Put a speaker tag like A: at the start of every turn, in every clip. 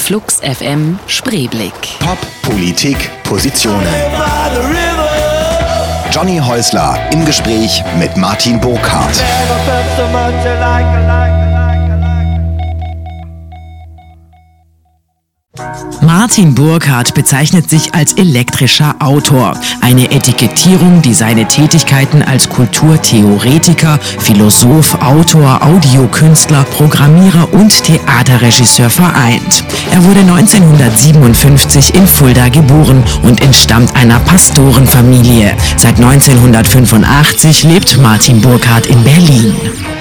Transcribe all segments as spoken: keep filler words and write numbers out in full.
A: Flux F M Spreeblick.
B: Pop, Politik, Positionen. Johnny Häusler im Gespräch mit Martin Burkhardt.
C: Martin Burkhardt bezeichnet sich als elektrischer Autor. Eine Etikettierung, die seine Tätigkeiten als Kulturtheoretiker, Philosoph, Autor, Audiokünstler, Programmierer und Theaterregisseur vereint. Er wurde neunzehnhundertsiebenundfünfzig in Fulda geboren und entstammt einer Pastorenfamilie. Seit neunzehnhundertfünfundachtzig lebt Martin Burkhardt in Berlin.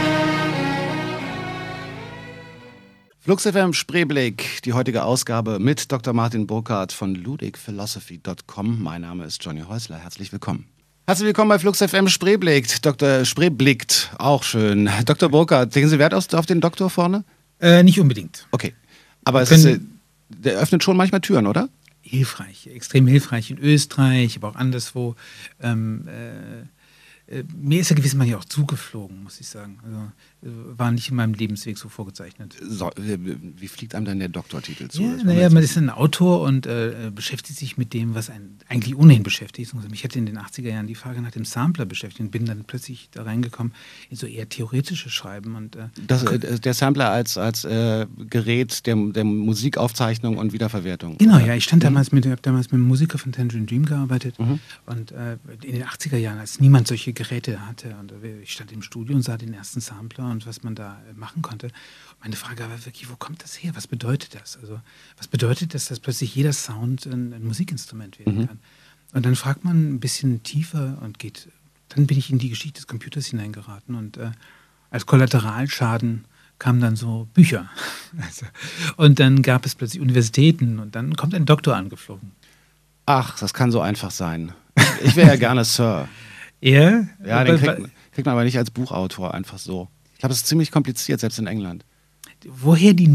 D: Flux F M Spreeblick, die heutige Ausgabe mit Doktor Martin Burkhardt von ludwig philosophy punkt com. Mein Name ist Johnny Häusler, herzlich willkommen. Herzlich willkommen bei Flux F M Spreeblick. Doktor Spreeblickt, auch schön. Doktor Burkhardt, legen Sie Wert auf, auf den Doktor vorne?
E: Äh, nicht unbedingt.
D: Okay, aber es ist, äh, der öffnet schon manchmal Türen, oder?
E: Hilfreich, extrem hilfreich in Österreich, aber auch anderswo. Ähm, äh, äh, mir ist er gewissermaßen auch zugeflogen, muss ich sagen. Also äh, war nicht in meinem Lebensweg so vorgezeichnet.
D: So, wie fliegt einem denn der Doktortitel zu?
E: Ja, naja, man ist ein Autor und äh, beschäftigt sich mit dem, was einen eigentlich ohnehin beschäftigt. Mich hätte in den achtziger Jahren die Frage nach dem Sampler beschäftigt und bin dann plötzlich da reingekommen in so eher theoretische Schreiben. Und, äh,
D: das, äh, der Sampler als, als äh, Gerät der, der Musikaufzeichnung und Wiederverwertung.
E: Genau, oder? Ja, ich stand damals mit, habe damals mit einem Musiker von Tangerine Dream gearbeitet
D: mhm.
E: und äh, in den achtziger Jahren, als niemand solche Geräte hatte und äh, ich stand im Studio und sah den ersten Sampler und was man da äh, machen konnte. Und meine Frage war wirklich, wo kommt das her? Was bedeutet das? Also was bedeutet das, dass plötzlich jeder Sound ein, ein Musikinstrument werden
D: mhm.
E: kann? Und dann fragt man ein bisschen tiefer und geht, dann bin ich in die Geschichte des Computers hineingeraten und äh, als Kollateralschaden kamen dann so Bücher. Also, und dann gab es plötzlich Universitäten und dann kommt ein Doktor angeflogen.
D: Ach, das kann so einfach sein. Ich wäre ja gerne Sir.
E: Ja?
D: Ja, den kriegt, kriegt man aber nicht als Buchautor einfach so. Ich glaube, es ist ziemlich kompliziert, selbst in England.
E: Woher die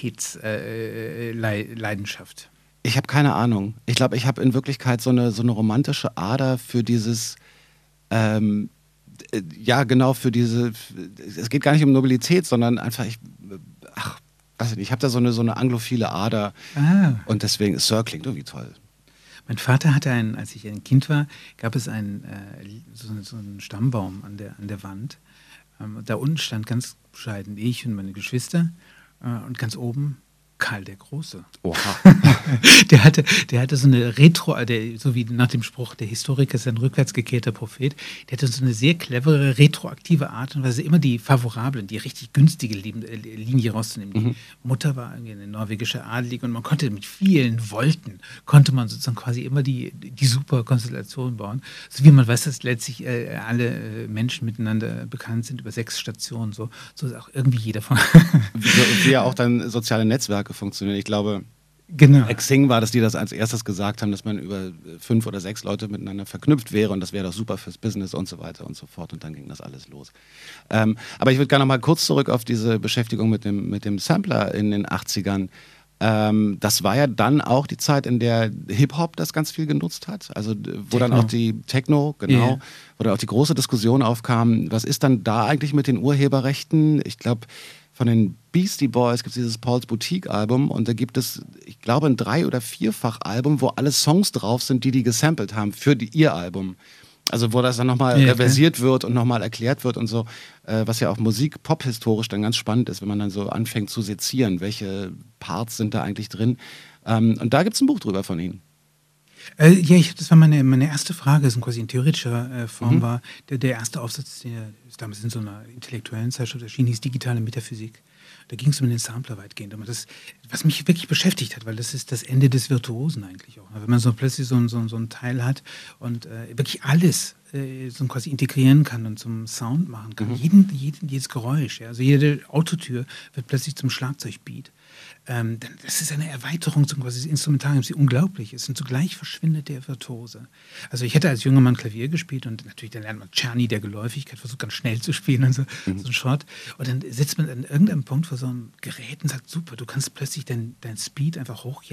E: Nobilitätsleidenschaft?
D: Äh, ich habe keine Ahnung. Ich glaube, ich habe in Wirklichkeit so eine, so eine romantische Ader für dieses, ähm, äh, ja genau, für diese, es geht gar nicht um Nobilität, sondern einfach, ich, ach, weiß ich nicht, ich habe da so eine, so eine anglophile Ader
E: Ah.
D: und deswegen, Sir klingt irgendwie toll.
E: Mein Vater hatte einen, als ich ein Kind war, gab es einen, äh, so, so einen Stammbaum an der, an der Wand. Ähm, da unten stand ganz bescheiden ich und meine Geschwister äh, und ganz oben Karl der Große.
D: Oha.
E: der, hatte, der hatte so eine Retro, der, so wie nach dem Spruch, der Historiker ist ein rückwärts gekehrter Prophet, der hatte so eine sehr clevere, retroaktive Art und Weise, immer die favorablen, die richtig günstige Linie rauszunehmen.
D: Mhm.
E: Die Mutter war irgendwie eine norwegische Adelige und man konnte mit vielen Volten, konnte man sozusagen quasi immer die, die super Konstellation bauen. So wie man weiß, dass letztlich äh, alle äh, Menschen miteinander bekannt sind über sechs Stationen, so, so ist auch irgendwie jeder von.
D: wie, wie ja auch dann soziale Netzwerke funktionieren. Ich glaube,
E: genau.
D: Xing war das, die das als erstes gesagt haben, dass man über fünf oder sechs Leute miteinander verknüpft wäre und das wäre doch super fürs Business und so weiter und so fort und dann ging das alles los. Ähm, aber ich würde gerne noch mal kurz zurück auf diese Beschäftigung mit dem, mit dem Sampler in den achtzigern. Ähm, das war ja dann auch die Zeit, in der Hip-Hop das ganz viel genutzt hat, also wo Techno. Dann auch die Techno, genau, yeah. wo dann auch die große Diskussion aufkam, was ist dann da eigentlich mit den Urheberrechten? Ich glaube, von den Beastie Boys gibt es dieses Paul's Boutique-Album und da gibt es, ich glaube, ein Drei- oder Vierfach-Album, wo alle Songs drauf sind, die die gesampelt haben für die, ihr Album. Also wo das dann nochmal ja, reversiert okay. wird und nochmal erklärt wird und so, äh, was ja auch Musik-Pop-historisch dann ganz spannend ist, wenn man dann so anfängt zu sezieren, welche Parts sind da eigentlich drin. Ähm, und da gibt es ein Buch drüber von Ihnen.
E: Äh, ja, ich, das war meine, meine erste Frage, das quasi in theoretischer äh, Form mhm. war. Der, der erste Aufsatz, der damals in so einer intellektuellen Zeitschrift erschien, hieß Digitale Metaphysik. Da ging es um den Sampler weitgehend. Aber das, was mich wirklich beschäftigt hat, weil das ist das Ende des Virtuosen eigentlich auch. Wenn man so plötzlich so, so, so ein Teil hat und äh, wirklich alles äh, so quasi integrieren kann und zum Sound machen kann. Mhm. Jeden, jeden, jedes Geräusch, ja. Also jede Autotür wird plötzlich zum Schlagzeugbeat. Ähm, das ist eine Erweiterung zum quasi des Instrumentariums, die unglaublich ist. Und zugleich verschwindet der Virtuose. Also ich hätte als junger Mann Klavier gespielt und natürlich dann lernt man Czerny der Geläufigkeit, versucht ganz schnell zu spielen und so, mhm. so ein Shot. Und dann sitzt man an irgendeinem Punkt vor so einem Gerät und sagt, super, du kannst plötzlich dein, dein Speed einfach hochjagen.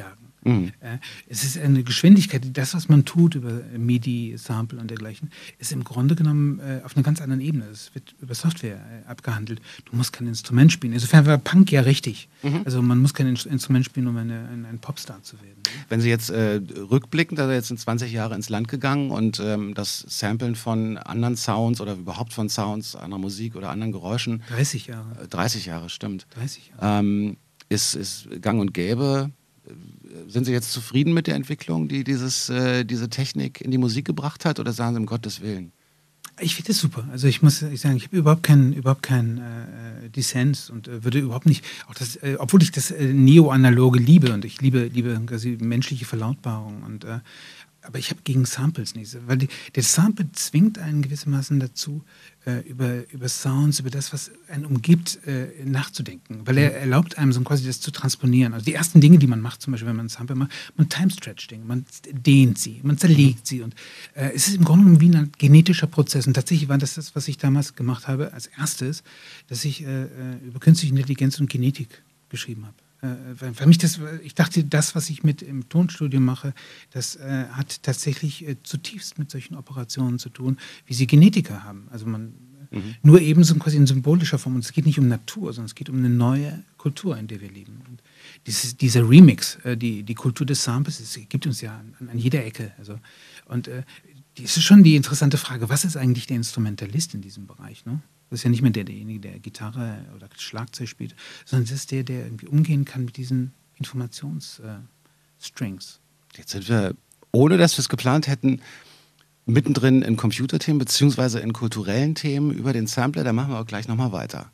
E: Mhm. Äh, es ist eine Geschwindigkeit, das, was man tut über MIDI, Sample und dergleichen, ist im Grunde genommen äh, auf einer ganz anderen Ebene. Es wird über Software äh, abgehandelt. Du musst kein Instrument spielen. Insofern war Punk ja richtig. Mhm. Also man muss kein Instrument spielen, um eine, ein, ein Popstar zu werden.
D: Wenn Sie jetzt äh, rückblickend, also jetzt sind zwanzig Jahre ins Land gegangen und ähm, das Samplen von anderen Sounds oder überhaupt von Sounds, anderer Musik oder anderen Geräuschen.
E: dreißig Jahre.
D: Äh, dreißig Jahre, stimmt.
E: dreißig Jahre.
D: Ähm, ist, ist gang und gäbe. Sind Sie jetzt zufrieden mit der Entwicklung, die dieses, äh, diese Technik in die Musik gebracht hat, oder sagen Sie, um Gottes Willen?
E: Ich finde das super. Also ich muss ich sagen, ich habe überhaupt keinen überhaupt keinen äh, Dissens und äh, würde überhaupt nicht, auch das, äh, obwohl ich das äh, Neo-Analoge liebe und ich liebe, liebe quasi menschliche Verlautbarung und äh, aber ich habe gegen Samples nichts, weil die, der Sample zwingt einen gewissermaßen dazu, äh, über, über Sounds, über das, was einen umgibt, äh, nachzudenken. Weil er erlaubt einem so quasi das zu transponieren. Also die ersten Dinge, die man macht, zum Beispiel, wenn man ein Sample macht, man time-stretcht Dinge, man dehnt sie, man zerlegt sie. Und äh, es ist im Grunde genommen wie ein genetischer Prozess. Und tatsächlich war das das, was ich damals gemacht habe, als erstes, dass ich äh, über künstliche Intelligenz und Genetik geschrieben habe. Äh, für mich das, ich dachte, das, was ich mit im Tonstudio mache, das äh, hat tatsächlich äh, zutiefst mit solchen Operationen zu tun, wie sie Genetiker haben. Also man mhm. nur eben so quasi in symbolischer Form. Und es geht nicht um Natur, sondern es geht um eine neue Kultur, in der wir leben. Und dieses, dieser Remix, äh, die, die Kultur des Samples, es gibt uns ja an, an jeder Ecke. Also, und äh, das ist schon die interessante Frage, was ist eigentlich der Instrumentalist in diesem Bereich, ne? Das ist ja nicht mehr der, derjenige, der Gitarre oder Schlagzeug spielt, sondern das ist der, der irgendwie umgehen kann mit diesen Informationsstrings.
D: Äh, Jetzt sind wir, ohne dass wir es geplant hätten, mittendrin in Computerthemen beziehungsweise in kulturellen Themen über den Sampler. Da machen wir auch gleich nochmal weiter.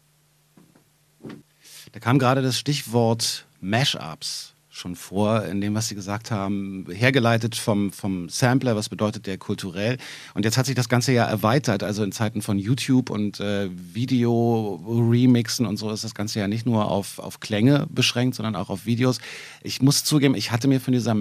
D: Da kam gerade das Stichwort Mashups schon vor, in dem, was Sie gesagt haben, hergeleitet vom, vom Sampler, was bedeutet der kulturell. Und jetzt hat sich das Ganze ja erweitert, also in Zeiten von YouTube und äh, Video-Remixen und so ist das Ganze ja nicht nur auf, auf Klänge beschränkt, sondern auch auf Videos. Ich muss zugeben, ich hatte mir von dieser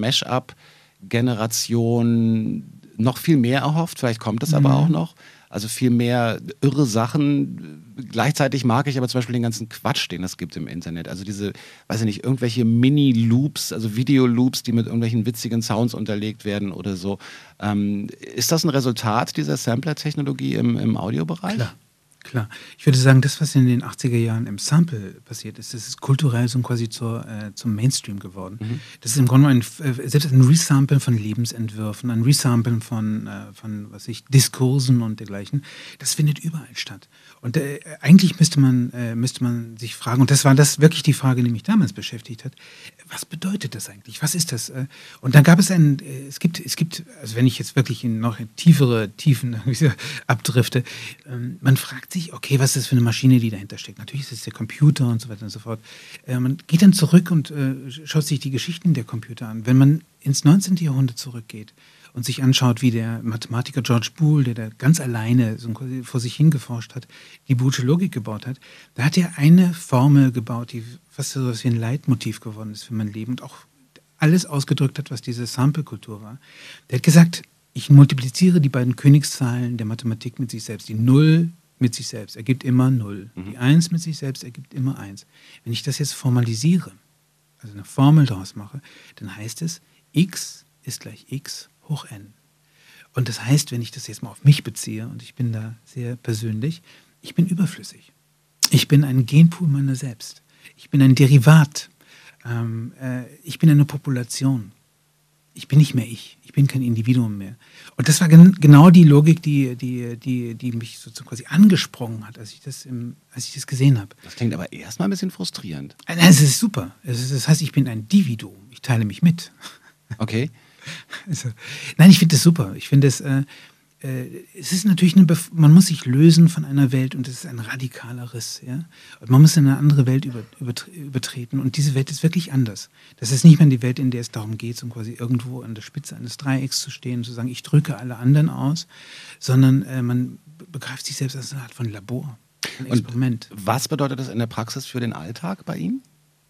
D: Mash-up-Generation noch viel mehr erhofft, vielleicht kommt es mhm. aber auch noch. Also viel mehr irre Sachen. Gleichzeitig mag ich aber zum Beispiel den ganzen Quatsch, den es gibt im Internet. Also diese, weiß ich nicht, irgendwelche Mini-Loops, also Videoloops, die mit irgendwelchen witzigen Sounds unterlegt werden oder so. Ähm, ist das ein Resultat dieser Sampler-Technologie im, im Audiobereich?
E: Klar. Klar. Ich würde sagen, das, was in den achtziger Jahren im Sample passiert ist, das ist kulturell so quasi zur, äh, zum Mainstream geworden. Mhm. Das ist im Grunde ein, äh, selbst ein Resampeln von Lebensentwürfen, ein Resampeln von, äh, von was ich, Diskursen und dergleichen. Das findet überall statt. Und äh, eigentlich müsste man, äh, müsste man sich fragen, und das war das wirklich die Frage, die mich damals beschäftigt hat, was bedeutet das eigentlich? Was ist das? Und dann gab es ein, äh, es gibt, es gibt, also wenn ich jetzt wirklich in noch tiefere Tiefen abdrifte, ähm, man fragt sich, okay, was ist das für eine Maschine, die dahinter steckt? Natürlich ist es der Computer und so weiter und so fort. Äh, man geht dann zurück und äh, schaut sich die Geschichten der Computer an. Wenn man ins neunzehnten. Jahrhundert zurückgeht und sich anschaut, wie der Mathematiker George Boole, der da ganz alleine so vor sich hingeforscht hat, die Boolesche Logik gebaut hat, da hat er eine Formel gebaut, die fast so etwas wie ein Leitmotiv geworden ist für mein Leben und auch alles ausgedrückt hat, was diese Sample-Kultur war. Der hat gesagt, ich multipliziere die beiden Königszahlen der Mathematik mit sich selbst. Die Null mit sich selbst ergibt immer Null. Mhm. Die Eins mit sich selbst ergibt immer Eins. Wenn ich das jetzt formalisiere, also eine Formel daraus mache, dann heißt es, x ist gleich x hoch n. Und das heißt, wenn ich das jetzt mal auf mich beziehe, und ich bin da sehr persönlich, ich bin überflüssig. Ich bin ein Genpool meiner selbst. Ich bin ein Derivat. Ähm, äh, ich bin eine Population. Ich bin nicht mehr ich. Ich bin kein Individuum mehr. Und das war gen- genau die Logik, die, die, die, die mich sozusagen quasi angesprungen hat, als ich das, im, als ich das gesehen habe.
D: Das klingt aber erstmal ein bisschen frustrierend.
E: Nein, es ist super. Es ist, das heißt, ich bin ein Dividuum. Ich teile mich mit.
D: Okay.
E: Also, nein, ich finde das super. Ich finde es, äh, äh, es ist natürlich eine, Bef- man muss sich lösen von einer Welt und es ist ein radikaler Riss. Ja? Und man muss in eine andere Welt über, übert- übertreten und diese Welt ist wirklich anders. Das ist nicht mehr die Welt, in der es darum geht, um quasi irgendwo an der Spitze eines Dreiecks zu stehen und zu sagen, ich drücke alle anderen aus, sondern äh, man begreift sich selbst als eine Art von Labor, ein Experiment.
D: Und was bedeutet das in der Praxis für den Alltag bei Ihnen?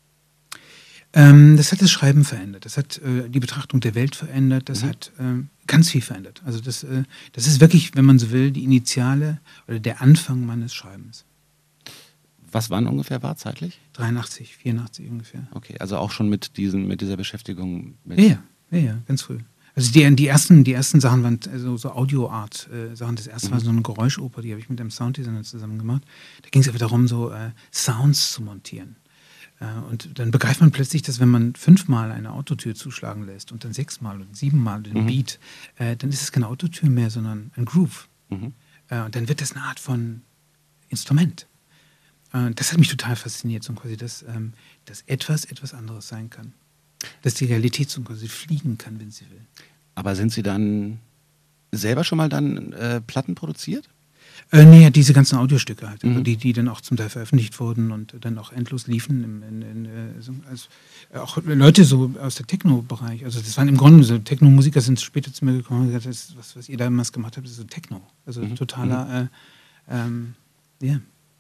E: Ähm, das hat das Schreiben verändert, das hat äh, die Betrachtung der Welt verändert, das mhm. hat äh, ganz viel verändert. Also das, äh, das ist wirklich, wenn man so will, die Initiale oder der Anfang meines Schreibens.
D: Was wann ungefähr war, zeitlich?
E: dreiundachtzig, vierundachtzig ungefähr.
D: Okay, also auch schon mit, diesen, mit dieser Beschäftigung mit...
E: Ja, ja, ja, ganz früh. Also die, die, ersten, die ersten Sachen waren also so Audio-Art-Sachen. Das erste mhm. war so eine Geräuschoper, die habe ich mit einem Sounddesigner zusammen gemacht. Da ging es einfach darum, so äh, Sounds zu montieren. Äh, und dann begreift man plötzlich, dass wenn man fünfmal eine Autotür zuschlagen lässt und dann sechsmal und siebenmal den mhm. Beat, äh, dann ist es keine Autotür mehr, sondern ein Groove. Mhm. Äh, und dann wird das eine Art von Instrument. Äh, das hat mich total fasziniert, so quasi, dass, ähm, dass etwas etwas anderes sein kann. Dass die Realität so quasi fliegen kann, wenn sie will.
D: Aber sind Sie dann selber schon mal dann äh, Platten produziert?
E: Äh, nee, diese ganzen Audiostücke halt,
D: Mhm.
E: also die, die dann auch zum Teil veröffentlicht wurden und dann auch endlos liefen. Im, in, in, so, also, auch Leute so aus der Techno-Bereich, also das waren im Grunde so Techno-Musiker, sind später zu mir gekommen und gesagt, das, was, was ihr damals gemacht habt, ist so Techno. Also
D: Mhm.
E: totaler, äh, ähm, ja.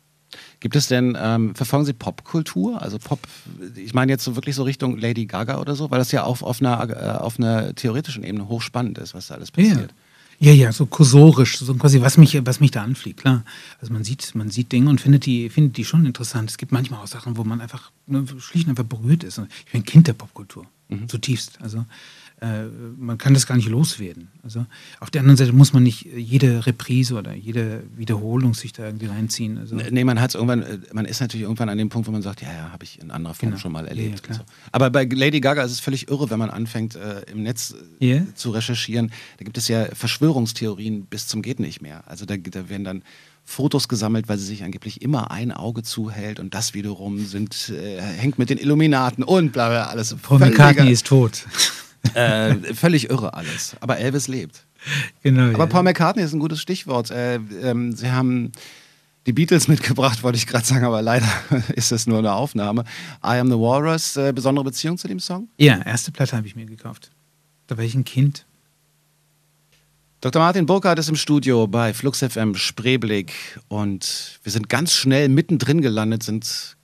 D: Gibt es denn, ähm, verfolgen Sie Popkultur? Also Pop, ich meine jetzt so wirklich so Richtung Lady Gaga oder so, weil das ja auf, auf, einer, äh, auf einer theoretischen Ebene hochspannend ist, was da alles passiert.
E: Ja, ja, so kursorisch, so quasi, was mich, was mich da anfliegt, klar. Also man sieht, man sieht Dinge und findet die, findet die schon interessant. Es gibt manchmal auch Sachen, wo man einfach, ne, schlicht einfach berührt ist. Und ich bin ein Kind der Popkultur, mhm. zutiefst. Also äh, man kann das gar nicht loswerden. Also auf der anderen Seite muss man nicht jede Reprise oder jede Wiederholung sich da irgendwie reinziehen. Also,
D: nee, man hat irgendwann, man ist natürlich irgendwann an dem Punkt, wo man sagt, ja, ja, habe ich in anderer Form
E: genau.
D: schon mal erlebt.
E: Ja, ja,
D: so. Aber bei Lady Gaga ist es völlig irre, wenn man anfängt, äh, im Netz äh,
E: yeah.
D: zu recherchieren. Da gibt es ja Verschwörungstheorien bis zum geht nicht mehr. Also da, da werden dann Fotos gesammelt, weil sie sich angeblich immer ein Auge zuhält und das wiederum sind, äh, hängt mit den Illuminaten und bla bla alles.
E: Paul McCartney ist tot.
D: Äh, völlig irre alles. Aber Elvis lebt.
E: Genau.
D: Aber
E: ja.
D: Paul McCartney ist ein gutes Stichwort. Äh, ähm, Sie haben die Beatles mitgebracht, wollte ich gerade sagen, aber leider ist das nur eine Aufnahme. I Am the Walrus, äh, besondere Beziehung zu dem Song?
E: Ja, erste Platte habe ich mir gekauft. Da war ich ein Kind.
D: Doktor Martin Burkhardt ist im Studio bei Flux F M Spreeblick und wir sind ganz schnell mittendrin gelandet, sind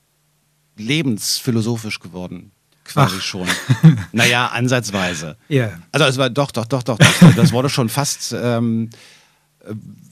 D: lebensphilosophisch geworden. Quasi Ach. schon. Naja, ansatzweise.
E: Ja.
D: Also es war doch, doch, doch, doch. Das, das wurde schon fast. Ähm, äh,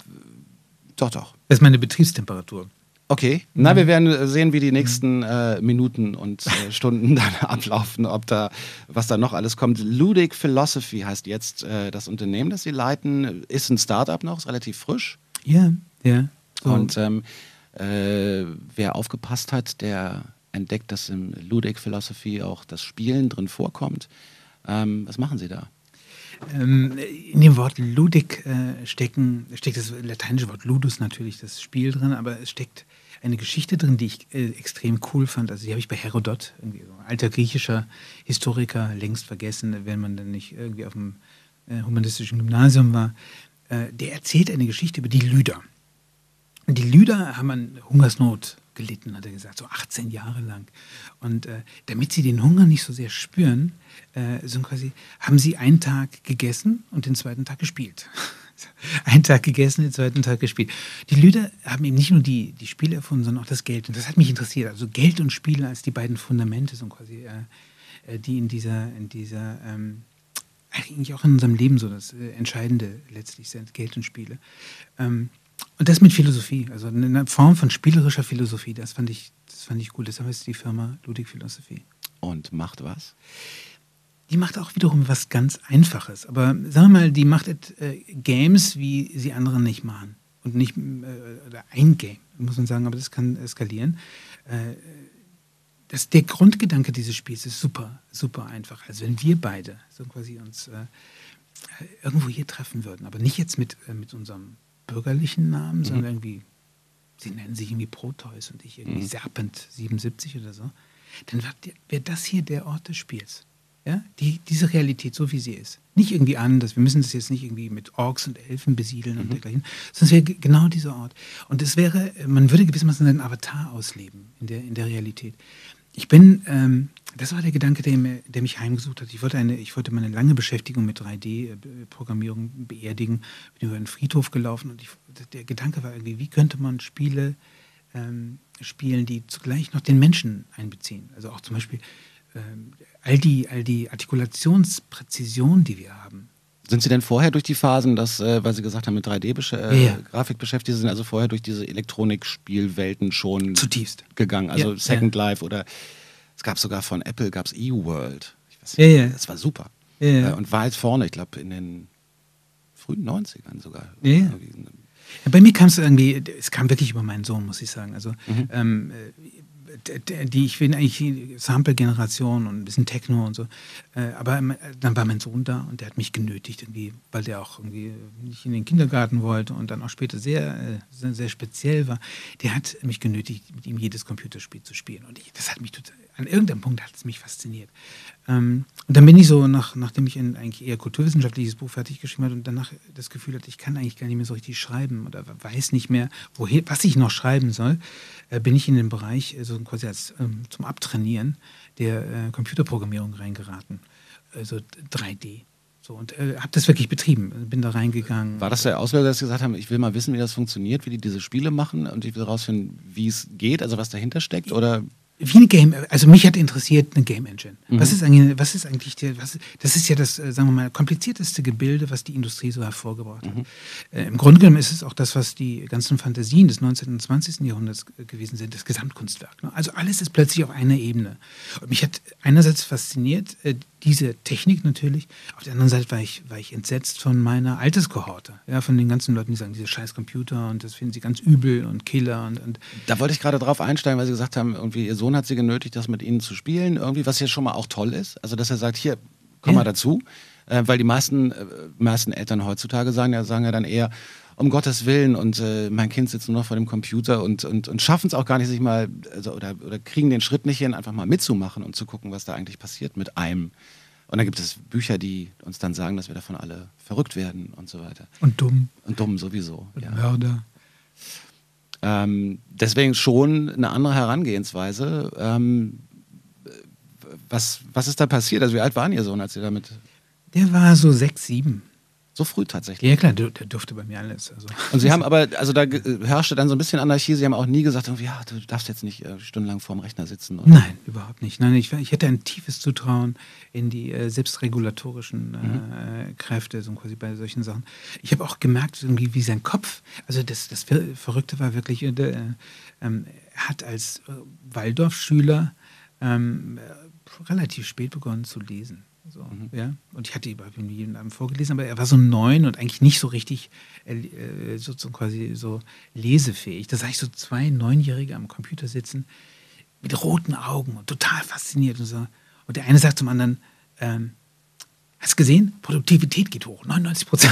D: doch, doch.
E: Das ist meine Betriebstemperatur.
D: Okay. Mhm. Na, wir werden sehen, wie die nächsten äh, Minuten und äh, Stunden dann ablaufen, ob da, was da noch alles kommt. Ludic Philosophy heißt jetzt äh, das Unternehmen, das Sie leiten. Ist ein Startup noch, ist relativ frisch.
E: Ja, ja.
D: So. Und ähm, äh, wer aufgepasst hat, der entdeckt, dass im Ludic Philosophy auch das Spielen drin vorkommt. Ähm, was machen Sie da?
E: Ähm, in dem Wort Ludic äh, stecken, steckt das lateinische Wort Ludus natürlich, das Spiel drin, aber es steckt eine Geschichte drin, die ich äh, extrem cool fand. Also die habe ich bei Herodot, irgendwie so ein alter griechischer Historiker, längst vergessen, wenn man dann nicht irgendwie auf dem äh, humanistischen Gymnasium war. Äh, der erzählt eine Geschichte über die Lyder. Und die Lyder haben an Hungersnot gelitten, hat er gesagt, so achtzehn Jahre lang. Und äh, damit sie den Hunger nicht so sehr spüren, äh, so quasi, haben sie einen Tag gegessen und den zweiten Tag gespielt. Einen Tag gegessen, den zweiten Tag gespielt. Die Lyder haben eben nicht nur die, die Spiele erfunden, sondern auch das Geld. Und das hat mich interessiert. Also Geld und Spiele als die beiden Fundamente, so quasi, äh, die in dieser, in dieser ähm, eigentlich auch in unserem Leben so das äh, Entscheidende letztlich sind, Geld und Spiele. Ähm, Und das mit Philosophie, also eine Form von spielerischer Philosophie, das fand ich, das fand ich cool. Deshalb ist die Firma Ludic Philosophy.
D: Und macht was?
E: Die macht auch wiederum was ganz Einfaches. Aber sagen wir mal, die macht äh, Games, wie sie andere nicht machen. Und nicht, äh, oder ein Game, muss man sagen, aber das kann eskalieren. Äh, das, der Grundgedanke dieses Spiels ist super, super einfach. Also wenn wir beide so quasi uns äh, irgendwo hier treffen würden, aber nicht jetzt mit, äh, mit unserem bürgerlichen Namen, sondern mhm. irgendwie, sie nennen sich irgendwie Proteus und ich irgendwie mhm. Serpent siebenundsiebzig oder so, dann wäre wär das hier der Ort des Spiels. Ja? Die, diese Realität, so wie sie ist. Nicht irgendwie anders, wir müssen das jetzt nicht irgendwie mit Orks und Elfen besiedeln mhm. und dergleichen, sondern es wäre g- genau dieser Ort. Und es wäre, man würde gewissermaßen seinen Avatar ausleben in der, in der Realität. Ich bin, ähm, das war der Gedanke, der, mir, der mich heimgesucht hat. Ich wollte, eine, ich wollte meine lange Beschäftigung mit drei D-Programmierung beerdigen, bin über einen Friedhof gelaufen und ich, der Gedanke war irgendwie, wie könnte man Spiele ähm, spielen, die zugleich noch den Menschen einbeziehen. Also auch zum Beispiel ähm, all, die, all die Artikulationspräzision, die wir haben.
D: Sind Sie denn vorher durch die Phasen, dass, äh, weil Sie gesagt haben, mit drei D-Grafik äh,
E: ja, ja.
D: beschäftigt sind, also vorher durch diese Elektronikspielwelten schon
E: Zutiefst
D: gegangen? Also
E: ja,
D: Second
E: ja.
D: Life oder es gab sogar von Apple, gab es eWorld. Ich weiß
E: Ja,
D: nicht,
E: ja.
D: das war super.
E: Ja, ja.
D: Äh, und war jetzt vorne, ich glaube in den frühen neunzigern sogar.
E: Ja, ja. Ja, bei mir kam es irgendwie, es kam wirklich über meinen Sohn, muss ich sagen. Also
D: Mhm.
E: ähm, die, ich bin eigentlich Sample-Generation und ein bisschen Techno und so. Äh, aber dann war mein Sohn da und der hat mich genötigt, irgendwie, weil der auch irgendwie nicht in den Kindergarten wollte und dann auch später sehr, sehr, sehr speziell war. Der hat mich genötigt, mit ihm jedes Computerspiel zu spielen. Und ich, das hat mich total, an irgendeinem Punkt hat es mich fasziniert. Ähm, und dann bin ich so, nach, nachdem ich ein eigentlich eher kulturwissenschaftliches Buch fertig geschrieben habe und danach das Gefühl hatte, ich kann eigentlich gar nicht mehr so richtig schreiben oder weiß nicht mehr, woher, was ich noch schreiben soll, äh, bin ich in den Bereich, äh, so quasi als ähm, zum Abtrainieren der äh, Computerprogrammierung reingeraten. Also drei D. So, und äh, habe das wirklich betrieben, bin da reingegangen.
D: War das der Auslöser, dass Sie gesagt haben, ich will mal wissen, wie das funktioniert, wie die diese Spiele machen und ich will rausfinden, wie es geht, also was dahinter steckt? Oder?
E: Wie eine Game, also mich hat interessiert eine Game Engine.
D: Mhm.
E: Was ist eigentlich, was ist eigentlich der, was, das ist ja das, äh, sagen wir mal, komplizierteste Gebilde, was die Industrie so hervorgebracht hat.
D: Mhm.
E: Äh, Im Grunde genommen ist es auch das, was die ganzen Fantasien des neunzehnten und zwanzigsten Jahrhunderts äh, gewesen sind, das Gesamtkunstwerk. Ne? Also alles ist plötzlich auf einer Ebene. Und mich hat einerseits fasziniert, äh, diese Technik natürlich, auf der anderen Seite war ich, war ich entsetzt von meiner Alterskohorte, ja, von den ganzen Leuten, die sagen, diese scheiß Computer und das finden sie ganz übel und Killer und, und
D: Da wollte ich gerade drauf einsteigen, weil Sie gesagt haben, irgendwie Ihr Sohn hat Sie genötigt, das mit Ihnen zu spielen, irgendwie, was ja schon mal auch toll ist. Also dass er sagt, hier, komm
E: Ja.
D: mal dazu. Äh, weil die meisten, äh, meisten Eltern heutzutage sagen ja, sagen ja dann eher, um Gottes Willen und äh, mein Kind sitzt nur noch vor dem Computer und, und, und schaffen es auch gar nicht, sich mal, also, oder, oder kriegen den Schritt nicht hin, einfach mal mitzumachen und zu gucken, was da eigentlich passiert mit einem. Und dann gibt es Bücher, die uns dann sagen, dass wir davon alle verrückt werden und so weiter.
E: und dumm
D: Und dumm sowieso.
E: und
D: Ja.
E: Mörder.
D: Ähm, deswegen schon eine andere Herangehensweise. Ähm, was, was ist da passiert? Also wie alt waren Ihr Sohn, als Sie damit
E: Der war so sechs, sieben.
D: so früh tatsächlich?
E: Ja klar, der, der durfte bei mir alles. Also.
D: Und Sie haben aber, also da ge- herrschte dann so ein bisschen Anarchie, Sie haben auch nie gesagt, irgendwie, ja, du darfst jetzt nicht äh, stundenlang vorm Rechner sitzen. Oder?
E: Nein, überhaupt nicht. Nein, ich, ich hätte ein tiefes Zutrauen in die äh, selbstregulatorischen äh,
D: Mhm.
E: Kräfte, so quasi bei solchen Sachen. Ich habe auch gemerkt, irgendwie, wie sein Kopf, also das, das Ver- Verrückte war wirklich, äh, der, äh, ähm, er hat als äh, Waldorfschüler ähm, äh, relativ spät begonnen zu lesen. So,
D: Mhm.
E: ja? Und ich hatte ihm jeden Abend vorgelesen, aber er war so neun und eigentlich nicht so richtig äh, äh, sozusagen quasi so lesefähig. Da sah ich so zwei Neunjährige am Computer sitzen mit roten Augen und total fasziniert. Und, so. Und der eine sagt zum anderen, ähm, hast du gesehen? Produktivität geht hoch, neunundneunzig Prozent.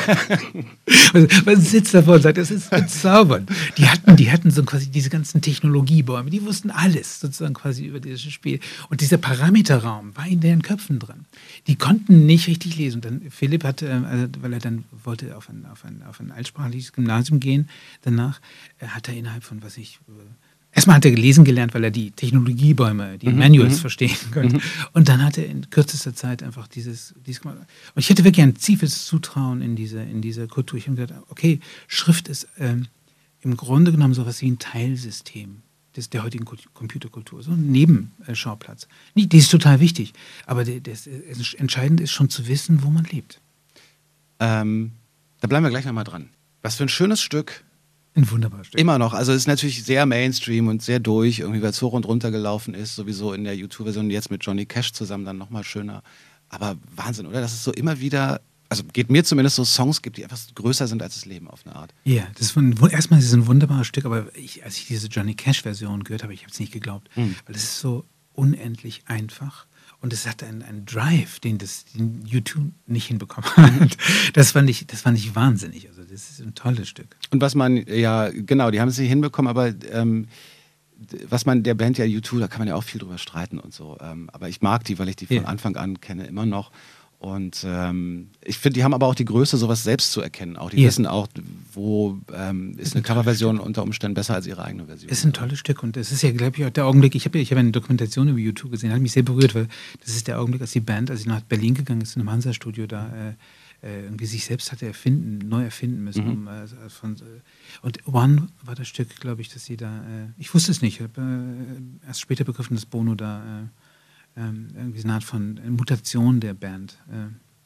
E: Man sitzt davor und sagt, das ist bezaubernd. Die hatten, die hatten so quasi diese ganzen Technologiebäume, die wussten alles sozusagen quasi über dieses Spiel. Und dieser Parameterraum war in deren Köpfen drin. Die konnten nicht richtig lesen. Und dann Philipp hatte, also, weil er dann wollte auf ein, auf ein, auf ein altsprachliches Gymnasium gehen, danach äh, hat er innerhalb von, was ich, äh, erstmal hat er gelesen gelernt, weil er die Technologiebäume, die
D: Mhm,
E: Manuals
D: mhm.
E: verstehen konnte.
D: Mhm.
E: Und dann hat er in kürzester Zeit einfach dieses, dieses gemacht. Und ich hätte wirklich ein tiefes Zutrauen in diese, in diese Kultur. Ich habe gedacht, okay, Schrift ist ähm, im Grunde genommen sowas wie ein Teilsystem des, der heutigen Kult- Computerkultur, so ein Nebenschauplatz. Nee, die ist total wichtig, aber der, das, das entscheidend ist schon zu wissen, wo man lebt.
D: Ähm, da bleiben wir gleich nochmal dran. Was für ein schönes Stück.
E: Ein wunderbares Stück.
D: Immer noch. Also es ist natürlich sehr Mainstream und sehr durch, irgendwie weil es hoch und runter gelaufen ist, sowieso in der YouTube-Version, jetzt mit Johnny Cash zusammen dann nochmal schöner. Aber Wahnsinn, oder? Dass es so immer wieder, also geht mir zumindest so Songs gibt, die einfach größer sind als das Leben auf eine Art.
E: Ja, das ist ein, erstmal ist es ein wunderbares Stück, aber ich, als ich diese Johnny Cash-Version gehört habe, ich habe es nicht geglaubt,
D: Mhm.
E: weil es ist so unendlich einfach und es hat einen, einen Drive, den das den YouTube nicht hinbekommen hat. Das fand ich, das fand ich wahnsinnig. Also das ist ein tolles Stück.
D: Und was man, ja, genau, die haben es nicht hinbekommen, aber ähm, was man der Band ja U zwei, da kann man ja auch viel drüber streiten und so. Ähm, aber ich mag die, weil ich die von
E: Ja.
D: Anfang an kenne, immer noch. Und ähm, ich finde, die haben aber auch die Größe, sowas selbst zu erkennen. Auch die
E: Ja.
D: wissen auch, wo ähm, ist eine
E: ein tolles
D: Coverversion unter Umständen besser als ihre eigene Version.
E: Es ist ein tolles Stück und es ist ja, glaube ich, auch der Augenblick, ich habe ich hab eine Dokumentation über YouTube gesehen, hat mich sehr berührt, weil das ist der Augenblick, als die Band, als sie nach Berlin gegangen ist, in einem Hansa-Studio da äh, äh, irgendwie sich selbst hatte erfinden, neu erfinden müssen.
D: Mhm.
E: Um, äh, von, äh, und One war das Stück, glaube ich, dass sie da, äh, ich wusste es nicht, ich habe äh, erst später begriffen, dass Bono da äh, äh, irgendwie so eine Art von Mutation der Band äh,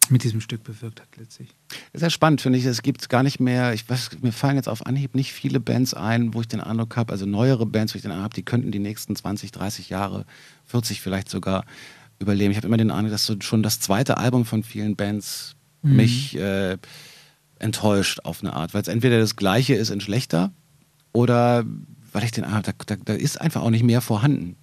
E: mit diesem Stück bewirkt hat letztlich.
D: Sehr spannend, finde ich. Es gibt gar nicht mehr, ich weiß, mir fallen jetzt auf Anhieb nicht viele Bands ein, wo ich den Eindruck habe, also neuere Bands, wo ich den Eindruck habe, die könnten die nächsten zwanzig, dreißig Jahre, vierzig vielleicht sogar überleben. Ich habe immer den Eindruck, dass so schon das zweite Album von vielen Bands mhm. mich äh, enttäuscht auf eine Art, weil es entweder das Gleiche ist in schlechter oder weil ich den Eindruck habe, da, da, da ist einfach auch nicht mehr vorhanden.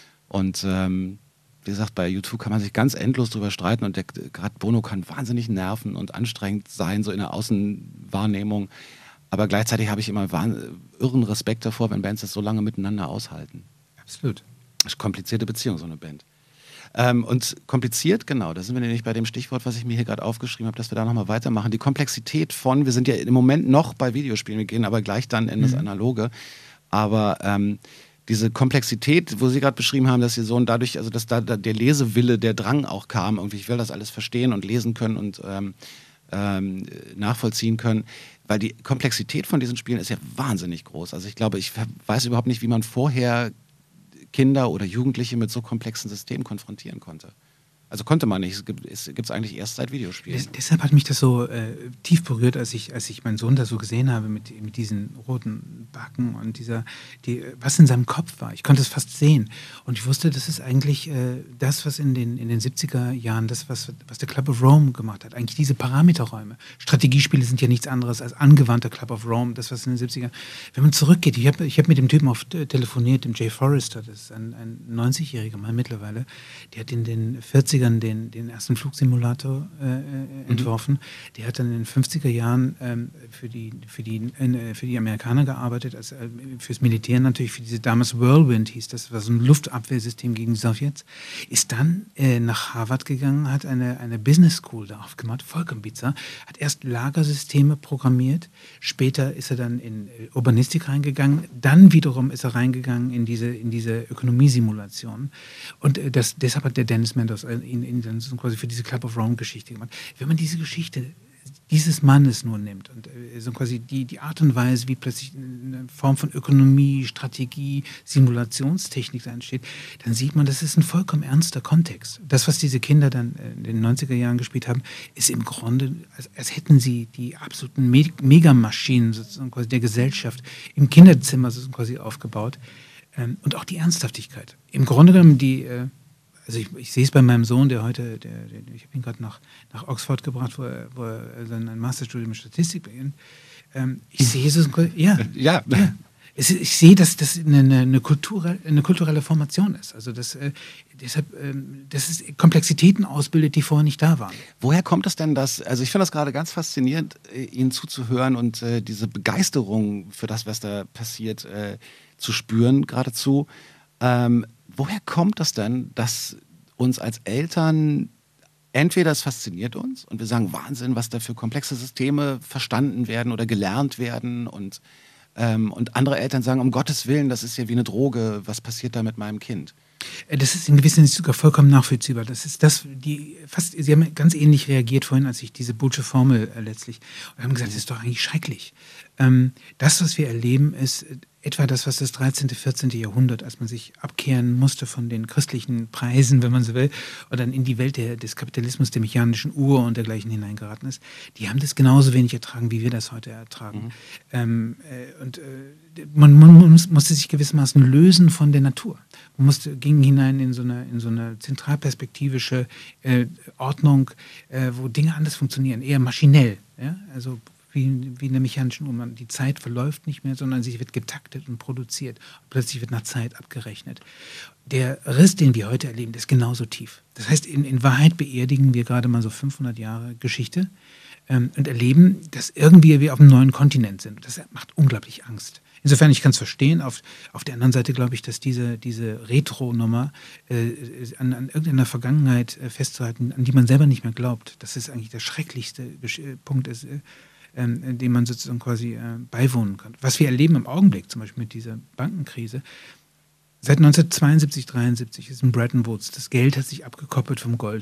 D: Und ähm, wie gesagt, bei YouTube kann man sich ganz endlos drüber streiten und gerade Bono kann wahnsinnig nerven und anstrengend sein, so in der Außenwahrnehmung. Aber gleichzeitig habe ich immer irren Respekt davor, wenn Bands das so lange miteinander aushalten.
E: Absolut.
D: Das ist eine komplizierte Beziehung, so eine Band. Ähm, und kompliziert, genau, da sind wir nämlich bei dem Stichwort, was ich mir hier gerade aufgeschrieben habe, dass wir da nochmal weitermachen. Die Komplexität von, wir sind ja im Moment noch bei Videospielen, wir gehen aber gleich dann in das Analoge. Aber ähm, diese Komplexität, wo Sie gerade beschrieben haben, dass Ihr Sohn dadurch, also dass da, da der Lesewille, der Drang auch kam, irgendwie, ich will das alles verstehen und lesen können und ähm, ähm, nachvollziehen können, weil die Komplexität von diesen Spielen ist ja wahnsinnig groß. Also ich glaube, ich weiß überhaupt nicht, wie man vorher Kinder oder Jugendliche mit so komplexen Systemen konfrontieren konnte. Also konnte man nicht. Es gibt es eigentlich erst seit Videospielen.
E: Des, deshalb hat mich das so äh, tief berührt, als ich, als ich meinen Sohn da so gesehen habe mit, mit diesen roten Backen und dieser, die, was in seinem Kopf war. Ich konnte es fast sehen. Und ich wusste, das ist eigentlich äh, das, was in den, in den siebziger Jahren, das, was, was der Club of Rome gemacht hat. Eigentlich diese Parameterräume. Strategiespiele sind ja nichts anderes als angewandter Club of Rome, das, was in den siebzigern. Wenn man zurückgeht, ich habe ich hab mit dem Typen oft äh, telefoniert, dem Jay Forrester, das ist ein, ein neunzigjähriger Mann mittlerweile, der hat in den vierzigern Den, den ersten Flugsimulator äh, mhm. entworfen. Der hat dann in den fünfziger Jahren ähm, für, die, für, die, äh, für die Amerikaner gearbeitet, also, äh, fürs Militär natürlich, für diese damals Whirlwind hieß das, war so ein Luftabwehrsystem gegen die Sowjets. Ist dann äh, nach Harvard gegangen, hat eine, eine Business School da aufgemacht, vollkommen bizarr, hat erst Lagersysteme programmiert, später ist er dann in äh, Urbanistik reingegangen, dann wiederum ist er reingegangen in diese, in diese Ökonomiesimulation. Und äh, das, deshalb hat der Dennis Mendoz äh, ihn in, in, so quasi für diese Club of Rome-Geschichte gemacht. Wenn man diese Geschichte dieses Mannes nur nimmt und äh, so quasi die, die Art und Weise, wie plötzlich eine Form von Ökonomie, Strategie, Simulationstechnik da entsteht, dann sieht man, das ist ein vollkommen ernster Kontext. Das, was diese Kinder dann in den neunziger Jahren gespielt haben, ist im Grunde, als, als hätten sie die absoluten Me- Megamaschinen sozusagen quasi der Gesellschaft im Kinderzimmer sozusagen quasi aufgebaut. Ähm, und auch die Ernsthaftigkeit. Im Grunde genommen die äh, Also ich, ich sehe es bei meinem Sohn, der heute, der, der, ich habe ihn gerade nach, nach Oxford gebracht, wo er, wo er sein Masterstudium in Statistik beginnt. Ähm, ich sehe es, ja,
D: ja.
E: ja. Es, ich sehe, dass das eine, eine, kulturelle, eine kulturelle Formation ist. Also das, äh, deshalb, ähm, dass es Komplexitäten ausbildet, die vorher nicht da waren.
D: Woher kommt es denn, dass, also ich finde das gerade ganz faszinierend, äh, Ihnen zuzuhören und äh, diese Begeisterung für das, was da passiert, äh, zu spüren geradezu. Ähm, Woher kommt das denn, dass uns als Eltern entweder es fasziniert uns und wir sagen, Wahnsinn, was da für komplexe Systeme verstanden werden oder gelernt werden und, ähm, und andere Eltern sagen, um Gottes Willen, das ist ja wie eine Droge, was passiert da mit meinem Kind?
E: Das ist in gewisser Hinsicht sogar vollkommen nachvollziehbar. Das ist das, die fast, Sie haben ganz ähnlich reagiert vorhin, als ich diese Boolsche Formel äh, letztlich, und haben gesagt, das ist doch eigentlich schrecklich. Ähm, das, was wir erleben, ist etwa das, was das dreizehnte, vierzehnte Jahrhundert, als man sich abkehren musste von den christlichen Preisen, wenn man so will, und dann in die Welt der, des Kapitalismus, der mechanischen Uhr und dergleichen hineingeraten ist, die haben das genauso wenig ertragen, wie wir das heute ertragen. Mhm. Ähm, äh, und äh, man, man muss, musste sich gewissermaßen lösen von der Natur. Man musste, ging hinein in so eine, in so eine zentralperspektivische äh, Ordnung, äh, wo Dinge anders funktionieren, eher maschinell. Ja? Also Wie, wie in der mechanischen Uhr. Die Zeit verläuft nicht mehr, sondern sie wird getaktet und produziert. Und plötzlich wird nach Zeit abgerechnet. Der Riss, den wir heute erleben, ist genauso tief. Das heißt, in, in Wahrheit beerdigen wir gerade mal so fünfhundert Jahre Geschichte ähm, und erleben, dass irgendwie wir auf einem neuen Kontinent sind. Das macht unglaublich Angst. Insofern, ich kann es verstehen. Auf, auf der anderen Seite glaube ich, dass diese, diese Retro-Nummer äh, an, an irgendeiner Vergangenheit äh, festzuhalten, an die man selber nicht mehr glaubt, dass es eigentlich der schrecklichste äh, Punkt ist, äh, Ähm, dem man sozusagen quasi äh, beiwohnen kann. Was wir erleben im Augenblick, zum Beispiel mit dieser Bankenkrise, seit neunzehnhundertzweiundsiebzig, dreiundsiebzig ist in Bretton Woods, das Geld hat sich abgekoppelt vom Gold.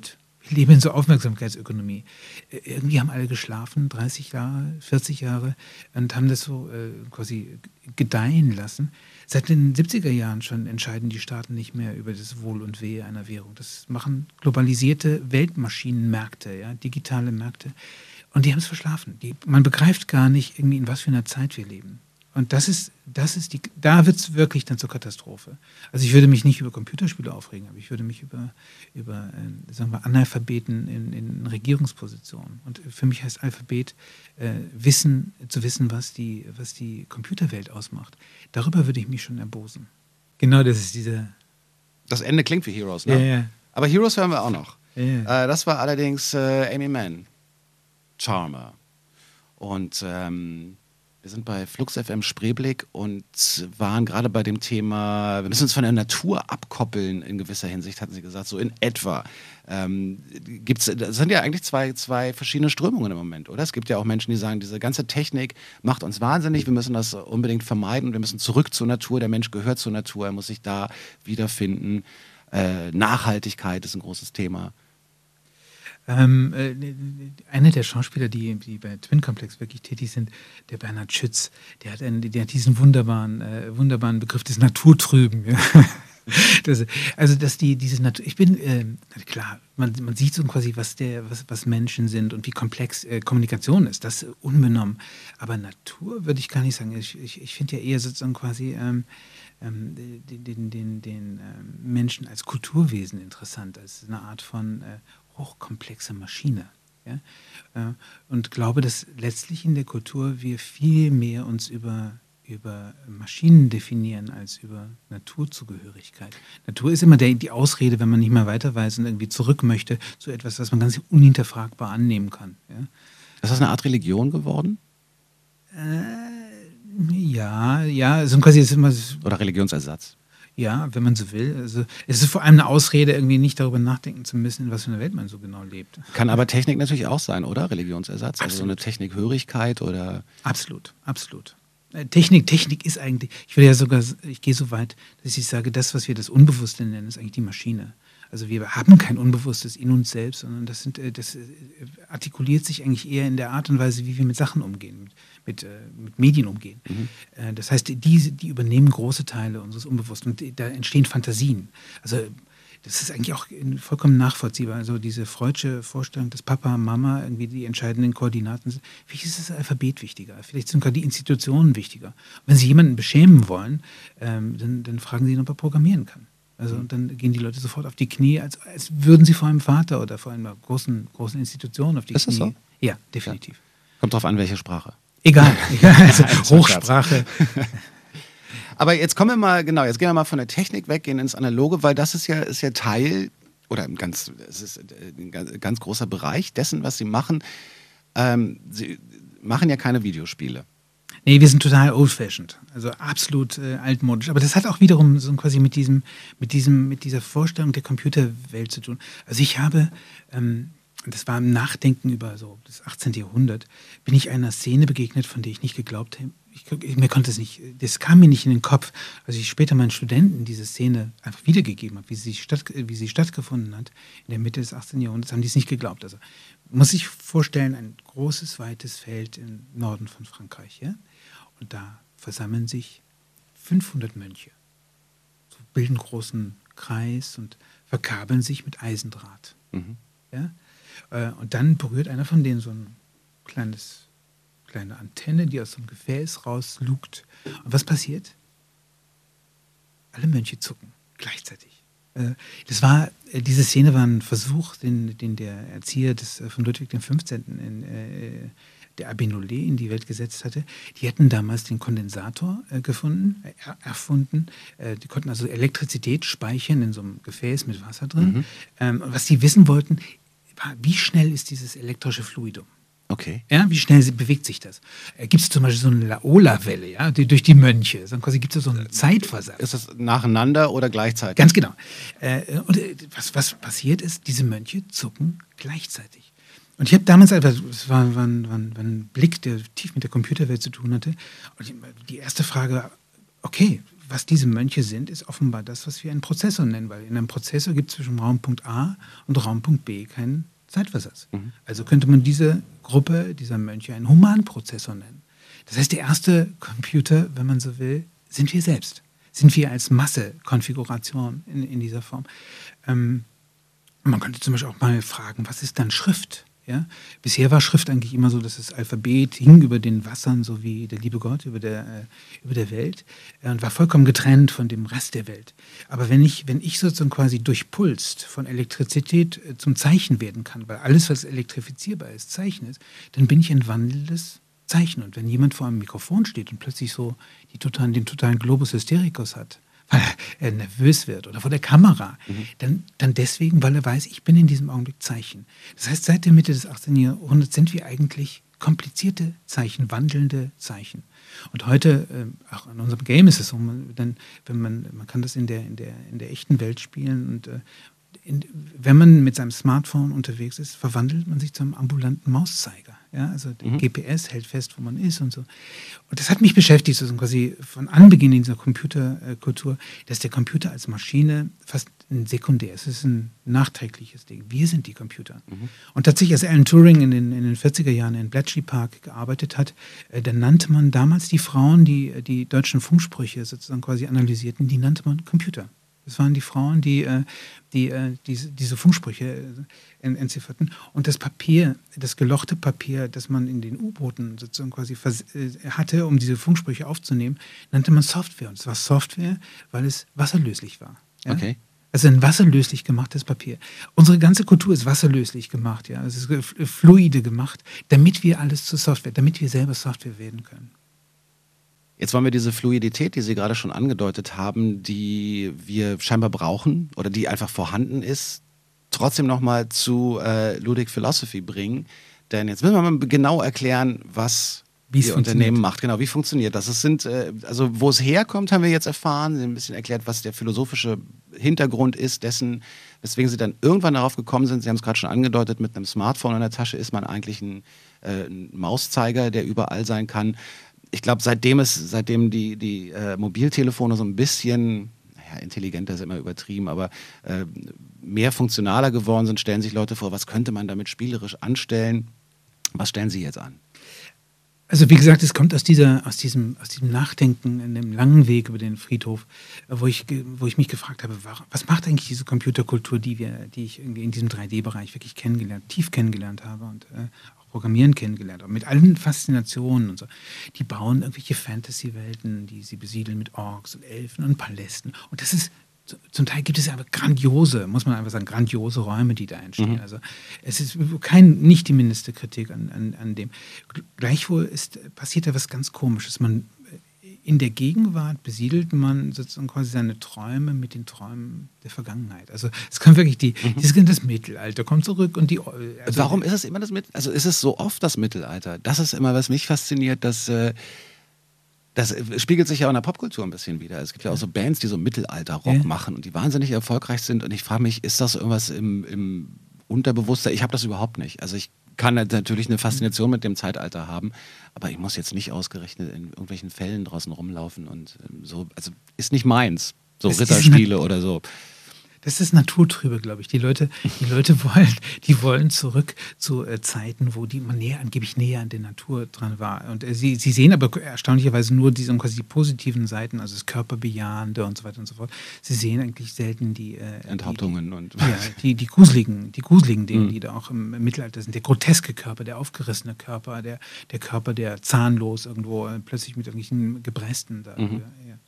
E: Wir leben in so Aufmerksamkeitsökonomie. Äh, irgendwie haben alle geschlafen, dreißig Jahre, vierzig Jahre, und haben das so äh, quasi gedeihen lassen. Seit den siebziger Jahren schon entscheiden die Staaten nicht mehr über das Wohl und Wehe einer Währung. Das machen globalisierte Weltmaschinenmärkte, ja, digitale Märkte. Und die haben es verschlafen. Die, man begreift gar nicht, irgendwie in was für einer Zeit wir leben. Und das ist, das ist die, da wird es wirklich dann zur Katastrophe. Also ich würde mich nicht über Computerspiele aufregen, aber ich würde mich über, über äh, sagen wir, Analphabeten in, in Regierungspositionen. Und für mich heißt Alphabet, äh, wissen, zu wissen, was die, was die Computerwelt ausmacht. Darüber würde ich mich schon erbosen. Genau, das ist diese...
D: Das Ende klingt wie Heroes, ne?
E: Ja, ja.
D: Aber Heroes hören wir auch noch.
E: Ja, ja.
D: Äh, das war allerdings äh, Amy Mann, Charmer. Und ähm, wir sind bei Flux F M Spreeblick und waren gerade bei dem Thema, wir müssen uns von der Natur abkoppeln in gewisser Hinsicht, hatten Sie gesagt, so in etwa. Ähm, gibt's, das sind ja eigentlich zwei, zwei verschiedene Strömungen im Moment, oder? Es gibt ja auch Menschen, die sagen, diese ganze Technik macht uns wahnsinnig, wir müssen das unbedingt vermeiden, wir müssen zurück zur Natur, der Mensch gehört zur Natur, er muss sich da wiederfinden. Äh, Nachhaltigkeit ist ein großes Thema.
E: Ähm, äh, einer der Schauspieler, die, die bei Twin Complex wirklich tätig sind, der Bernhard Schütz, der hat, einen, der hat diesen wunderbaren, äh, wunderbaren Begriff des Naturtrüben. Ja. Das, also, dass die, diese Natur, ich bin, äh, klar, man, man sieht so quasi, was, der, was, was Menschen sind und wie komplex äh, Kommunikation ist, das unbenommen. Aber Natur würde ich gar nicht sagen. Ich, ich, ich finde ja eher sozusagen quasi ähm, ähm, den, den, den, den ähm, Menschen als Kulturwesen interessant, als eine Art von äh, hochkomplexe Maschine. Ja? Äh, und glaube, dass letztlich in der Kultur wir viel mehr uns über, über Maschinen definieren als über Naturzugehörigkeit. Natur ist immer der, die Ausrede, wenn man nicht mehr weiter weiß und irgendwie zurück möchte, zu etwas, was man ganz unhinterfragbar annehmen kann. Ja?
D: Ist das eine Art Religion geworden?
E: Äh, ja, ja, so quasi ist immer...
D: Oder Religionsersatz?
E: Ja, wenn man so will. Also, es ist vor allem eine Ausrede, irgendwie nicht darüber nachdenken zu müssen, in was für einer Welt man so genau lebt.
D: Kann aber Technik natürlich auch sein, oder? Religionsersatz?
E: Absolut.
D: Also so eine Technikhörigkeit oder...
E: Absolut, absolut. Technik, Technik ist eigentlich, ich würde ja sogar, ich gehe so weit, dass ich sage, das, was wir das Unbewusste nennen, ist eigentlich die Maschine. Also wir haben kein Unbewusstes in uns selbst, sondern das, sind, das artikuliert sich eigentlich eher in der Art und Weise, wie wir mit Sachen umgehen, mit, mit, mit Medien umgehen. Mhm. Das heißt, die, die übernehmen große Teile unseres Unbewussten und da entstehen Fantasien. Also das ist eigentlich auch vollkommen nachvollziehbar. Also diese freudsche Vorstellung, dass Papa, Mama irgendwie die entscheidenden Koordinaten sind. Vielleicht ist das Alphabet wichtiger. Vielleicht sind sogar die Institutionen wichtiger. Und wenn Sie jemanden beschämen wollen, ähm, dann, dann fragen Sie ihn, ob er programmieren kann. Also und dann gehen die Leute sofort auf die Knie, als, als würden sie vor einem Vater oder vor einer großen, großen Institution auf die
D: ist
E: Knie.
D: Ist das so?
E: Ja, definitiv.
D: Ja. Kommt drauf an, welche Sprache.
E: Egal, egal. Also Hochsprache.
D: Aber jetzt kommen wir mal, genau, jetzt gehen wir mal von der Technik weg, gehen ins Analoge, weil das ist ja, ist ja Teil, oder ein ganz, es ist ein ganz, ganz großer Bereich dessen, was Sie machen. Ähm, Sie machen ja keine Videospiele.
E: Nee, wir sind total old-fashioned, also absolut äh, altmodisch. Aber das hat auch wiederum so quasi mit diesem, mit diesem, mit dieser Vorstellung der Computerwelt zu tun. Also ich habe, ähm, das war im Nachdenken über so das achtzehnten Jahrhundert, bin ich einer Szene begegnet, von der ich nicht geglaubt habe. Ich, mir konnte es nicht, das kam mir nicht in den Kopf, als ich später meinen Studenten diese Szene einfach wiedergegeben habe, wie sie, statt, wie sie stattgefunden hat, in der Mitte des achtzehnten Jahrhunderts, haben die es nicht geglaubt. Also muss ich vorstellen, ein großes, weites Feld im Norden von Frankreich, ja? Und da versammeln sich fünfhundert Mönche, so bilden einen großen Kreis und verkabeln sich mit Eisendraht. Mhm. Ja? Und dann berührt einer von denen so ein kleines kleine Antenne, die aus so einem Gefäß rauslugt. Und was passiert? Alle Mönche zucken gleichzeitig. Das war, diese Szene war ein Versuch, den, den der Erzieher des, von Ludwig der fünfzehnten in, äh, der Abbé Nollet in die Welt gesetzt hatte. Die hatten damals den Kondensator äh, gefunden, er, erfunden. Äh, die konnten also Elektrizität speichern in so einem Gefäß mit Wasser drin. Mhm. Ähm, was sie wissen wollten, war, wie schnell ist dieses elektrische Fluidum?
D: Okay.
E: Ja, wie schnell bewegt sich das? Äh, gibt es zum Beispiel so eine Laola-Welle, ja, die, durch die Mönche? So quasi gibt es so einen Zeitversatz.
D: Ist das nacheinander oder gleichzeitig?
E: Ganz genau. Äh, und äh, was, was passiert ist, diese Mönche zucken gleichzeitig. Und ich habe damals einfach, es war, war, war, war ein Blick, der tief mit der Computerwelt zu tun hatte. Und die erste Frage war, okay, was diese Mönche sind, ist offenbar das, was wir einen Prozessor nennen, weil in einem Prozessor gibt es zwischen Raumpunkt A und Raumpunkt B keinen Zeitversatz. Mhm. Also könnte man diese Gruppe dieser Mönche einen Humanprozessor nennen. Das heißt, der erste Computer, wenn man so will, sind wir selbst. Sind wir als Massekonfiguration in, in dieser Form. Ähm, man könnte zum Beispiel auch mal fragen, was ist dann Schrift? Ja? Bisher war Schrift eigentlich immer so, dass das Alphabet hing über den Wassern, so wie der liebe Gott über der, äh, über der Welt äh, und war vollkommen getrennt von dem Rest der Welt. Aber wenn ich, wenn ich sozusagen quasi durchpulst von Elektrizität äh, zum Zeichen werden kann, weil alles, was elektrifizierbar ist, Zeichen ist, dann bin ich ein wandelndes Zeichen. Und wenn jemand vor einem Mikrofon steht und plötzlich so die totalen, den totalen Globus Hystericus hat, weil er nervös wird oder vor der Kamera, mhm. dann, dann deswegen, weil er weiß, ich bin in diesem Augenblick Zeichen. Das heißt, seit der Mitte des achtzehnten. Jahrhunderts sind wir eigentlich komplizierte Zeichen, wandelnde Zeichen. Und heute, äh, auch in unserem Game ist es so, man, dann, wenn man, man kann das in der, in der, in der echten Welt spielen und äh, in, wenn man mit seinem Smartphone unterwegs ist, verwandelt man sich zu einem ambulanten Mauszeiger. Ja, also der mhm. G P S hält fest, wo man ist und so. Und das hat mich beschäftigt, so quasi von Anbeginn in dieser Computerkultur, dass der Computer als Maschine fast ein sekundär ist. Es ist ein nachträgliches Ding. Wir sind die Computer. Mhm. Und tatsächlich, als Alan Turing in den, in den vierziger Jahren in Bletchley Park gearbeitet hat, äh, dann nannte man damals die Frauen, die die deutschen Funksprüche sozusagen quasi analysierten, die nannte man Computer. Das waren die Frauen, die, die, die diese, diese Funksprüche entzifferten. Und das Papier, das gelochte Papier, das man in den U-Booten sozusagen quasi hatte, um diese Funksprüche aufzunehmen, nannte man Software. Und es war Software, weil es wasserlöslich war. Ja? Okay. Also ein wasserlöslich gemachtes Papier. Unsere ganze Kultur ist wasserlöslich gemacht. Ja? Es ist fluide gemacht, damit wir alles zu Software, damit wir selber Software werden können.
D: Jetzt wollen wir diese Fluidität, die Sie gerade schon angedeutet haben, die wir scheinbar brauchen oder die einfach vorhanden ist, trotzdem nochmal zu äh, Ludic Philosophy bringen. Denn jetzt müssen wir mal genau erklären, was Ihr Unternehmen macht. Genau, wie funktioniert das? Es sind, äh, also wo es herkommt, haben wir jetzt erfahren. Sie haben ein bisschen erklärt, was der philosophische Hintergrund ist, dessen, weswegen Sie dann irgendwann darauf gekommen sind. Sie haben es gerade schon angedeutet, mit einem Smartphone in der Tasche ist man eigentlich ein, äh, ein Mauszeiger, der überall sein kann. Ich glaube, seitdem es, seitdem die, die äh, Mobiltelefone so ein bisschen, naja, intelligenter ist immer übertrieben, aber äh, mehr funktionaler geworden sind, stellen sich Leute vor, was könnte man damit spielerisch anstellen? Was stellen Sie jetzt an?
E: Also wie gesagt, es kommt aus, dieser, aus, diesem, aus diesem Nachdenken in dem langen Weg über den Friedhof, wo ich, wo ich mich gefragt habe, was macht eigentlich diese Computerkultur, die, wir, die ich irgendwie in diesem drei D-Bereich wirklich kennengelernt, tief kennengelernt habe und äh, Programmieren kennengelernt habe, mit allen Faszinationen und so. Die bauen irgendwelche Fantasy-Welten, die sie besiedeln mit Orks und Elfen und Palästen. Und das ist, zum Teil gibt es aber grandiose, muss man einfach sagen, grandiose Räume, die da entstehen. Mhm. Also es ist kein, nicht die mindeste Kritik an, an, an dem. Gleichwohl ist, passiert da was ganz Komisches. Man, in der Gegenwart besiedelt man sozusagen quasi seine Träume mit den Träumen der Vergangenheit. Also es kommt wirklich die, mhm. das, das Mittelalter kommt zurück und die. Also
D: warum ist es immer das Mittelalter? Also ist es so oft das Mittelalter? Das ist immer, was mich fasziniert, dass äh, das spiegelt sich ja auch in der Popkultur ein bisschen wieder. Es gibt ja auch so Bands, die so Mittelalter-Rock ja. machen und die wahnsinnig erfolgreich sind. Und ich frage mich, ist das irgendwas im, im Unterbewusstsein? Ich habe das überhaupt nicht. Also ich kann natürlich eine Faszination mit dem Zeitalter haben, aber ich muss jetzt nicht ausgerechnet in irgendwelchen Fällen draußen rumlaufen und so, also ist nicht meins, so das Ritterspiele oder so.
E: Das ist Naturtrübe, glaube ich. Die Leute, die Leute wollen, die wollen zurück zu äh, Zeiten, wo die man näher, angeblich näher an der Natur dran war. Und äh, sie, sie sehen aber erstaunlicherweise nur diese quasi die positiven Seiten, also das Körperbejahende und so weiter und so fort. Sie sehen eigentlich selten die äh,
D: Enthauptungen
E: die,
D: und
E: ja, die, die gruseligen, die gruseligen Dinge, mhm. die da auch im, im Mittelalter sind. Der groteske Körper, der aufgerissene Körper, der, der Körper, der zahnlos irgendwo äh, plötzlich mit irgendwelchen Gebresten da.
D: Mhm.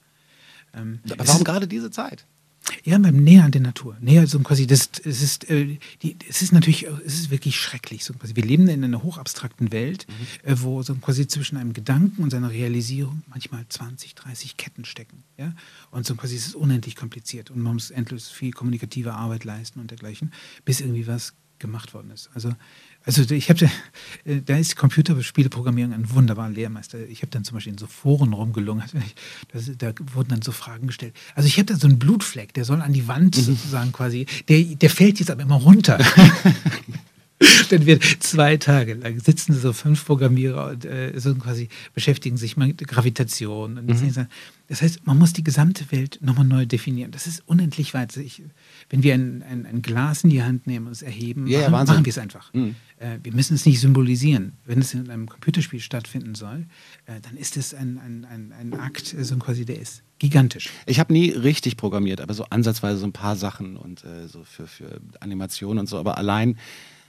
E: Ja. Ähm,
D: aber warum gerade diese Zeit?
E: Ja, beim Näher an der Natur. Näher so quasi, das, es, ist, äh, die, es ist natürlich, es ist wirklich schrecklich. So quasi. Wir leben in einer hochabstrakten Welt, mhm. äh, wo so quasi zwischen einem Gedanken und seiner Realisierung manchmal zwanzig, dreißig Ketten stecken. Ja? Und so quasi es ist unendlich kompliziert und man muss endlos viel kommunikative Arbeit leisten und dergleichen, bis irgendwie was gemacht worden ist. Also, also ich habe, äh, da ist Computerspieleprogrammierung ein wunderbarer Lehrmeister. Ich habe dann zum Beispiel in so Foren rumgelungen, das, da wurden dann so Fragen gestellt. Also ich habe da so einen Blutfleck, der soll an die Wand mhm. sozusagen quasi, der, der fällt jetzt aber immer runter. Dann wird zwei Tage lang sitzen so fünf Programmierer und äh, so quasi beschäftigen sich mit Gravitation. Und mhm. Das heißt, man muss die gesamte Welt nochmal neu definieren. Das ist unendlich weit. Ich, wenn wir ein, ein, ein Glas in die Hand nehmen und es erheben,
D: ja,
E: machen,
D: ja,
E: machen wir es einfach. Mhm. Äh, wir müssen es nicht symbolisieren. Wenn es in einem Computerspiel stattfinden soll, äh, dann ist es ein, ein, ein, ein Akt, so quasi, der ist gigantisch.
D: Ich habe nie richtig programmiert, aber so ansatzweise so ein paar Sachen und äh, so für, für Animationen und so. Aber allein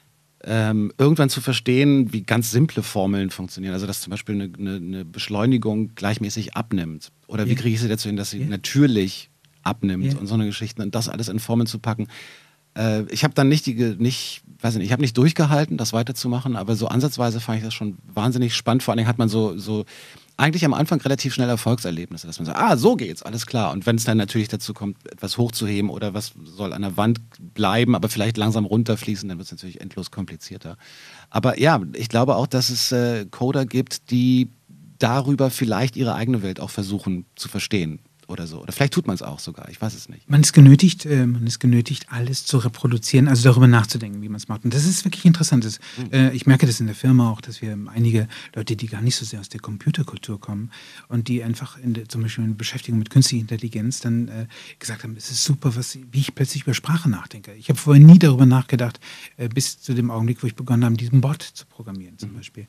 D: Ähm, irgendwann zu verstehen, wie ganz simple Formeln funktionieren. Also dass zum Beispiel eine, eine, eine Beschleunigung gleichmäßig abnimmt. Oder wie
E: ja.
D: kriege ich sie dazu hin, dass sie
E: ja.
D: natürlich abnimmt
E: ja.
D: und so eine Geschichte. Und das alles in Formeln zu packen. Äh, ich habe dann nicht die, nicht, weiß nicht, ich habe nicht durchgehalten, das weiterzumachen, aber so ansatzweise fand ich das schon wahnsinnig spannend. Vor allen Dingen hat man so, so eigentlich am Anfang relativ schnell Erfolgserlebnisse, dass man sagt, ah, so geht's, alles klar. Und wenn es dann natürlich dazu kommt, etwas hochzuheben oder was soll an der Wand bleiben, aber vielleicht langsam runterfließen, dann wird es natürlich endlos komplizierter. Aber ja, ich glaube auch, dass es äh, Coder gibt, die darüber vielleicht ihre eigene Welt auch versuchen zu verstehen. Oder so. Oder vielleicht tut man es auch sogar, ich weiß es nicht.
E: Man ist genötigt, äh, man ist genötigt, alles zu reproduzieren, also darüber nachzudenken, wie man es macht. Und das ist wirklich interessant. Das, mhm. äh, ich merke das in der Firma auch, dass wir einige Leute, die gar nicht so sehr aus der Computerkultur kommen und die einfach in der, zum Beispiel in Beschäftigung mit künstlicher Intelligenz dann äh, gesagt haben, es ist super, was, wie ich plötzlich über Sprache nachdenke. Ich habe vorher nie darüber nachgedacht, äh, bis zu dem Augenblick, wo ich begonnen habe, diesen Bot zu programmieren zum mhm. Beispiel.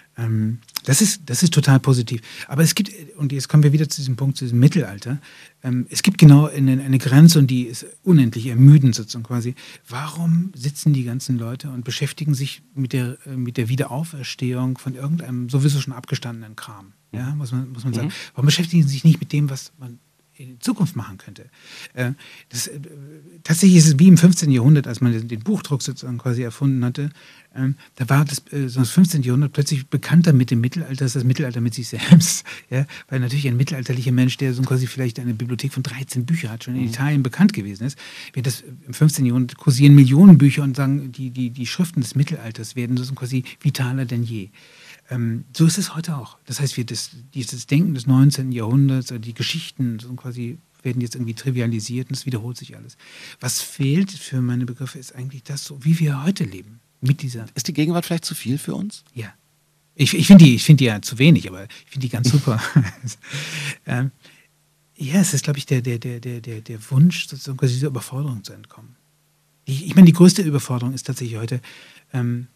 E: Das ist, das ist total positiv. Aber es gibt, und jetzt kommen wir wieder zu diesem Punkt, zu diesem Mittelalter, es gibt genau eine, eine Grenze und die ist unendlich ermüdend sozusagen quasi. Warum sitzen die ganzen Leute und beschäftigen sich mit der, mit der Wiederauferstehung von irgendeinem sowieso schon abgestandenen Kram? Ja, muss man, muss man sagen. Mhm. Warum beschäftigen sie sich nicht mit dem, was man in Zukunft machen könnte? Äh, das, äh, tatsächlich ist es wie im fünfzehnten Jahrhundert, als man den, den Buchdruck sozusagen quasi erfunden hatte. Ähm, da war das, äh, so das fünfzehnte Jahrhundert plötzlich bekannter mit dem Mittelalter als das Mittelalter mit sich selbst. Ja? Weil natürlich ein mittelalterlicher Mensch, der so quasi vielleicht eine Bibliothek von dreizehn Büchern hat, schon in mhm. Italien bekannt gewesen ist. Während das im fünfzehnten Jahrhundert kursieren Millionen Bücher und sagen, die, die, die Schriften des Mittelalters werden so quasi vitaler denn je. Ähm, so ist es heute auch. Das heißt, wir das, dieses Denken des neunzehnten Jahrhunderts, die Geschichten so quasi werden jetzt irgendwie trivialisiert und es wiederholt sich alles. Was fehlt für meine Begriffe ist eigentlich das, so wie wir heute leben. Mit dieser
D: ist die Gegenwart vielleicht zu viel für uns?
E: Ja. Ich, ich finde die, ich find die ja zu wenig, aber ich finde die ganz super. ähm, ja, es ist, glaube ich, der, der, der, der, der Wunsch, sozusagen quasi dieser Überforderung zu entkommen. Ich, ich meine, die größte Überforderung ist tatsächlich heute, ähm,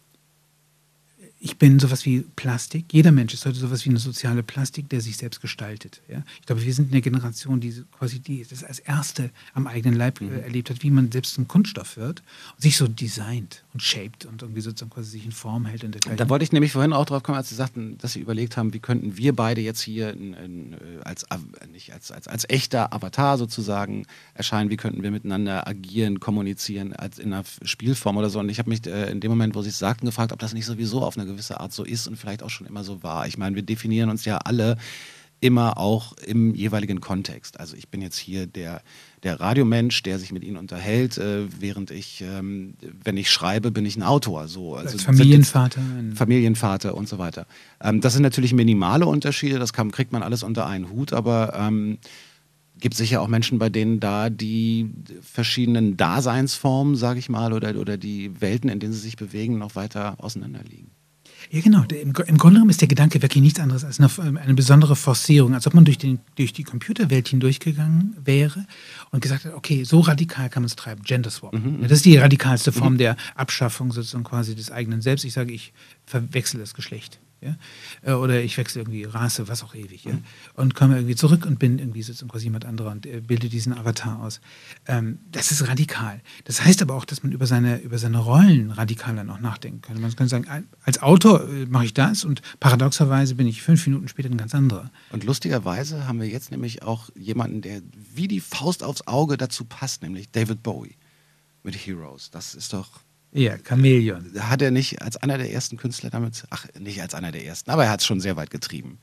E: ich bin sowas wie Plastik. Jeder Mensch ist heute sowas wie eine soziale Plastik, der sich selbst gestaltet. Ja? Ich glaube, wir sind eine Generation, die quasi die, das als erste am eigenen Leib mhm. äh, erlebt hat, wie man selbst zum Kunststoff wird und sich so designt und shaped und irgendwie sozusagen quasi sich in Form hält. Und dergleichen.
D: Da wollte ich nämlich vorhin auch drauf kommen, als Sie sagten, dass Sie überlegt haben, wie könnten wir beide jetzt hier in, in, als, nicht als, als, als echter Avatar sozusagen erscheinen, wie könnten wir miteinander agieren, kommunizieren, als in einer Spielform oder so. Und ich habe mich äh, in dem Moment, wo Sie es sagten, gefragt, ob das nicht sowieso auf eine gewisse Art so ist und vielleicht auch schon immer so war. Ich meine, wir definieren uns ja alle immer auch im jeweiligen Kontext. Also ich bin jetzt hier der, der Radiomensch, der sich mit Ihnen unterhält, äh, während ich, ähm, wenn ich schreibe, bin ich ein Autor. So. Also
E: als Familienvater.
D: Familienvater und so weiter. Ähm, das sind natürlich minimale Unterschiede, das kann, kriegt man alles unter einen Hut, aber ähm, gibt sicher auch Menschen, bei denen da die verschiedenen Daseinsformen, sage ich mal, oder, oder die Welten, in denen sie sich bewegen, noch weiter auseinanderliegen.
E: Ja, genau. Im, Im Grunde genommen ist der Gedanke wirklich nichts anderes als eine, eine besondere Forcierung, als ob man durch, den, durch die Computerwelt hindurchgegangen wäre und gesagt hat, okay, so radikal kann man es treiben, Gender Swap. Mhm. Ja, das ist die radikalste Form mhm. der Abschaffung sozusagen quasi des eigenen Selbst. Ich sage, ich verwechsel das Geschlecht. Ja? Oder ich wechsle irgendwie Rasse, was auch ewig. Ja? Und komme irgendwie zurück und bin irgendwie sozusagen quasi jemand anderer und äh, bilde diesen Avatar aus. Ähm, das ist radikal. Das heißt aber auch, dass man über seine, über seine Rollen radikal dann auch nachdenken kann. Man kann sagen, als Autor äh, mache ich das und paradoxerweise bin ich fünf Minuten später ein ganz anderer.
D: Und lustigerweise haben wir jetzt nämlich auch jemanden, der wie die Faust aufs Auge dazu passt, nämlich David Bowie mit Heroes. Das ist doch...
E: Ja, Chamäleon.
D: Hat er nicht als einer der ersten Künstler damit, ach, nicht als einer der ersten, aber er hat es schon sehr weit getrieben.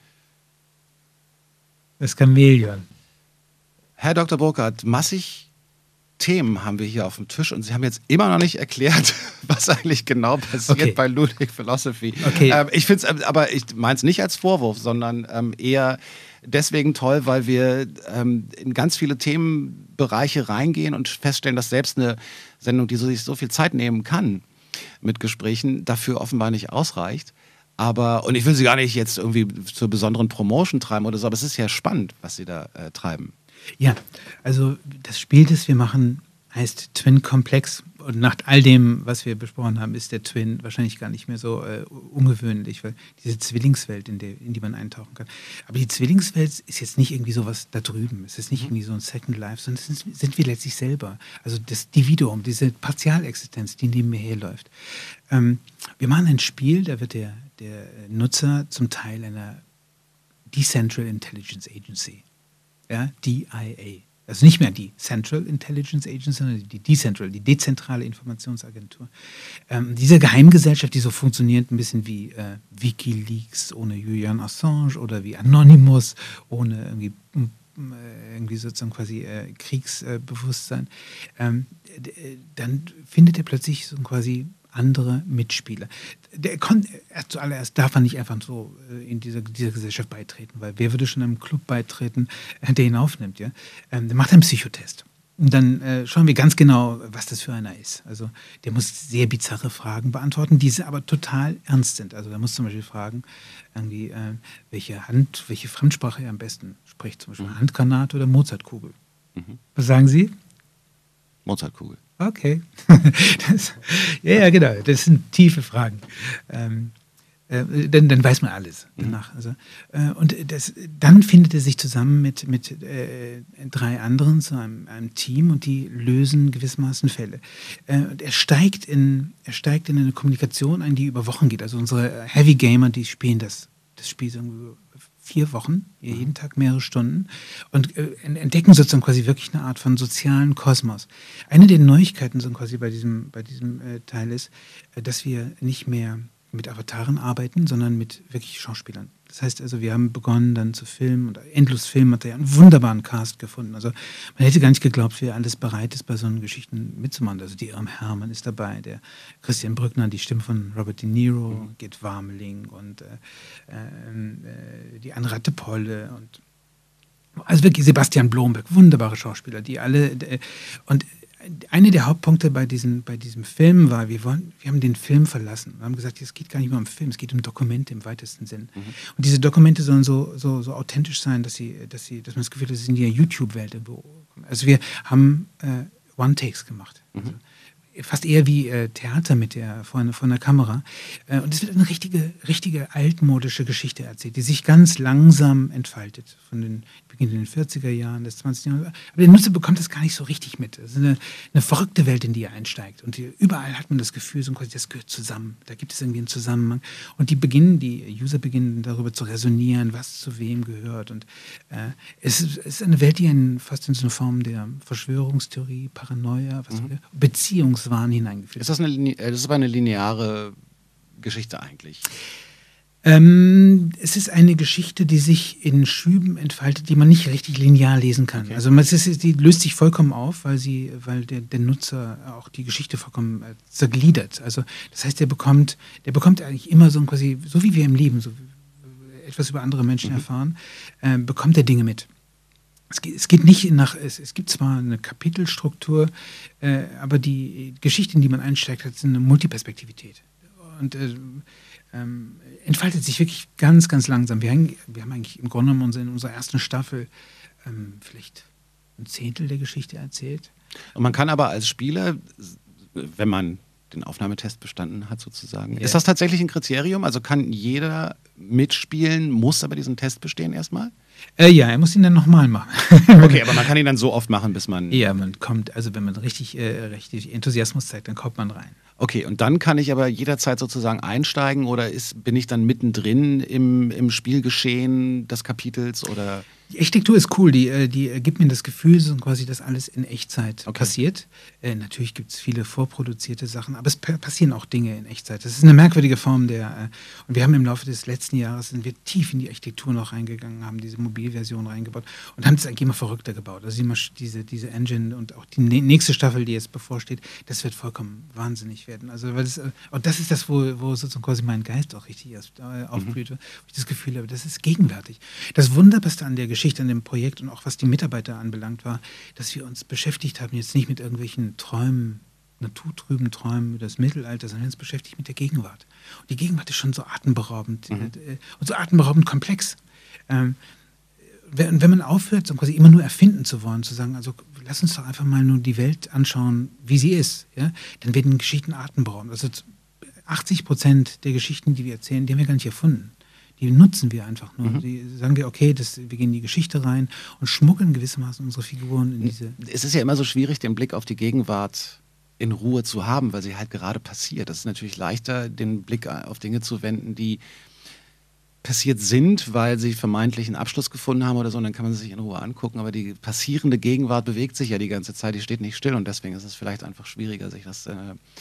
E: Das Chamäleon.
D: Herr Doktor Burkhardt, massig Themen haben wir hier auf dem Tisch und Sie haben jetzt immer noch nicht erklärt, was eigentlich genau passiert okay. bei Ludwig Philosophy.
E: Okay.
D: Ähm, ich finde es, aber ich meine es nicht als Vorwurf, sondern ähm, eher deswegen toll, weil wir ähm, in ganz viele Themenbereiche reingehen und feststellen, dass selbst eine Sendung, die so, sich so viel Zeit nehmen kann, mit Gesprächen dafür offenbar nicht ausreicht. Aber, und ich will sie gar nicht jetzt irgendwie zur besonderen Promotion treiben oder so, aber es ist ja spannend, was sie da äh, treiben.
E: Ja, also das Spiel, das wir machen, heißt Twin Komplex. Und nach all dem, was wir besprochen haben, ist der Twin wahrscheinlich gar nicht mehr so äh, ungewöhnlich, weil diese Zwillingswelt, in, der, in die man eintauchen kann. Aber die Zwillingswelt ist jetzt nicht irgendwie sowas da drüben. Es ist nicht irgendwie so ein Second Life, sondern es sind, sind wir letztlich selber. Also das Dividuum, diese Partialexistenz, die neben mir herläuft. Ähm, wir machen ein Spiel, da wird der, der Nutzer zum Teil einer Decentral Intelligence Agency, ja, D I A. Also nicht mehr die Central Intelligence Agency, sondern die Decentral, die dezentrale Informationsagentur. Ähm, diese Geheimgesellschaft, die so funktioniert, ein bisschen wie äh, WikiLeaks ohne Julian Assange oder wie Anonymous ohne irgendwie, äh, irgendwie sozusagen quasi äh, Kriegsbewusstsein, ähm, d- dann findet er plötzlich so quasi andere Mitspieler. Der kon- zuallererst darf man nicht einfach so in dieser, dieser Gesellschaft beitreten, weil wer würde schon einem Club beitreten, der ihn aufnimmt? Ja? Ähm, der macht einen Psychotest. Und dann äh, schauen wir ganz genau, was das für einer ist. Also der muss sehr bizarre Fragen beantworten, die aber total ernst sind. Also der muss zum Beispiel fragen, irgendwie, äh, welche Hand, welche Fremdsprache er am besten spricht. Zum Beispiel mhm. Handgranate oder Mozartkugel. Mhm. Was sagen Sie?
D: Mozartkugel.
E: Okay. Das, ja, ja, genau. Das sind tiefe Fragen. Ähm, äh, dann, dann weiß man alles danach. Also, äh, und das, dann findet er sich zusammen mit, mit äh, drei anderen zu einem, einem Team und die lösen gewissermaßen Fälle. Äh, und er steigt, in, er steigt in eine Kommunikation ein, die über Wochen geht. Also unsere Heavy Gamer, die spielen das, das Spiel so vier Wochen, jeden Tag mehrere Stunden und äh, entdecken sozusagen quasi wirklich eine Art von sozialen Kosmos. Eine der Neuigkeiten so quasi bei diesem, bei diesem äh, Teil ist, äh, dass wir nicht mehr mit Avataren arbeiten, sondern mit wirklich Schauspielern. Das heißt also, wir haben begonnen dann zu filmen und endlos Filmmaterial, einen wunderbaren Cast gefunden. Also man hätte gar nicht geglaubt, wer alles bereit ist, bei so einen Geschichten mitzumachen. Also die Irm Hermann ist dabei, der Christian Brückner, die Stimme von Robert De Niro, mhm. Gert Warmeling und äh, äh, die Anne Polle und also wirklich Sebastian Blomberg, wunderbare Schauspieler, die alle äh, und eine der Hauptpunkte bei, diesen, bei diesem Film war, wir, wollen, wir haben den Film verlassen. Wir haben gesagt, es geht gar nicht mehr um Film, es geht um Dokumente im weitesten Sinn. Mhm. Und diese Dokumente sollen so, so, so authentisch sein, dass, sie, dass, sie, dass man das Gefühl hat, dass sie in die YouTube-Welt irgendwo. Also wir haben äh, One-Takes gemacht. Mhm. Also fast eher wie äh, Theater mit der, vor, vor einer Kamera. Äh, und es wird eine richtige, richtige altmodische Geschichte erzählt, die sich ganz langsam entfaltet. Von den Beginn den vierziger Jahren, des zwanzigsten Jahrhunderts. Aber der Nutzer bekommt das gar nicht so richtig mit. Es ist eine, eine verrückte Welt, in die er einsteigt. Und die, überall hat man das Gefühl, so quasi, das gehört zusammen. Da gibt es irgendwie einen Zusammenhang. Und die beginnen, die User beginnen darüber zu resonieren, was zu wem gehört. Und äh, es, ist, es ist eine Welt, die einen fast in so eine Form der Verschwörungstheorie, Paranoia, was mhm. Beziehungswahn hineingeführt.
D: Ist das, eine, das ist aber eine lineare Geschichte eigentlich?
E: Ähm, es ist eine Geschichte, die sich in Schüben entfaltet, die man nicht richtig linear lesen kann. Okay. Also es ist, die löst sich vollkommen auf, weil sie, weil der, der Nutzer auch die Geschichte vollkommen äh, zergliedert. Also das heißt, der bekommt, der bekommt eigentlich immer so quasi, so wie wir im Leben, so etwas über andere Menschen mhm. erfahren, äh, bekommt er Dinge mit. Es geht, es geht nicht nach, es, es gibt zwar eine Kapitelstruktur, äh, aber die Geschichte, in die man einsteigt, hat eine Multiperspektivität. Und äh, ähm, entfaltet sich wirklich ganz, ganz langsam. Wir haben, wir haben eigentlich im Grunde genommen in unserer ersten Staffel ähm, vielleicht ein Zehntel der Geschichte erzählt.
D: Und man kann aber als Spieler, wenn man den Aufnahmetest bestanden hat sozusagen, ja. Ist das tatsächlich ein Kriterium? Also kann jeder mitspielen, muss aber diesen Test bestehen erstmal?
E: Äh, ja, er muss ihn dann nochmal machen.
D: Okay, aber man kann ihn dann so oft machen, bis man...
E: Ja, man kommt, also wenn man richtig, äh, richtig Enthusiasmus zeigt, dann kommt man rein.
D: Okay, und dann kann ich aber jederzeit sozusagen einsteigen oder ist, bin ich dann mittendrin im, im Spielgeschehen des Kapitels oder...
E: Die Architektur ist cool, die, die gibt mir das Gefühl, so quasi, dass alles in Echtzeit okay. passiert. Äh, natürlich gibt es viele vorproduzierte Sachen, aber es passieren auch Dinge in Echtzeit. Das ist eine merkwürdige Form der, äh, und wir haben im Laufe des letzten Jahres, sind wir tief in die Architektur noch reingegangen, haben diese Mobilversion reingebaut und haben es eigentlich immer verrückter gebaut. Also diese, diese Engine und auch die nächste Staffel, die jetzt bevorsteht, das wird vollkommen wahnsinnig werden. Also, weil das, und das ist das, wo, wo sozusagen quasi mein Geist auch richtig erst äh, aufblüht, mhm. wo ich das Gefühl habe, das ist gegenwärtig. Das Wunderbarste an der Geschichte, an dem Projekt und auch was die Mitarbeiter anbelangt war, dass wir uns beschäftigt haben, jetzt nicht mit irgendwelchen Träumen naturtrüben Träumen über das Mittelalter, sondern wir uns beschäftigt mit der Gegenwart. Und die Gegenwart ist schon so atemberaubend mhm. äh, und so atemberaubend komplex. Ähm, wenn, wenn man aufhört, so quasi immer nur erfinden zu wollen, zu sagen, also lass uns doch einfach mal nur die Welt anschauen, wie sie ist, ja, dann werden Geschichten atemberaubend. Also achtzig Prozent der Geschichten, die wir erzählen, die haben wir gar nicht erfunden. Die nutzen wir einfach nur. Mhm. Die sagen wir, okay, das, wir gehen in die Geschichte rein und schmuggeln gewissermaßen unsere Figuren in diese...
D: Es ist ja immer so schwierig, den Blick auf die Gegenwart in Ruhe zu haben, weil sie halt gerade passiert. Das ist natürlich leichter, den Blick auf Dinge zu wenden, die passiert sind, weil sie vermeintlich einen Abschluss gefunden haben oder so, und dann kann man sie sich in Ruhe angucken. Aber die passierende Gegenwart bewegt sich ja die ganze Zeit, die steht nicht still, und deswegen ist es vielleicht einfach schwieriger, sich das... Äh,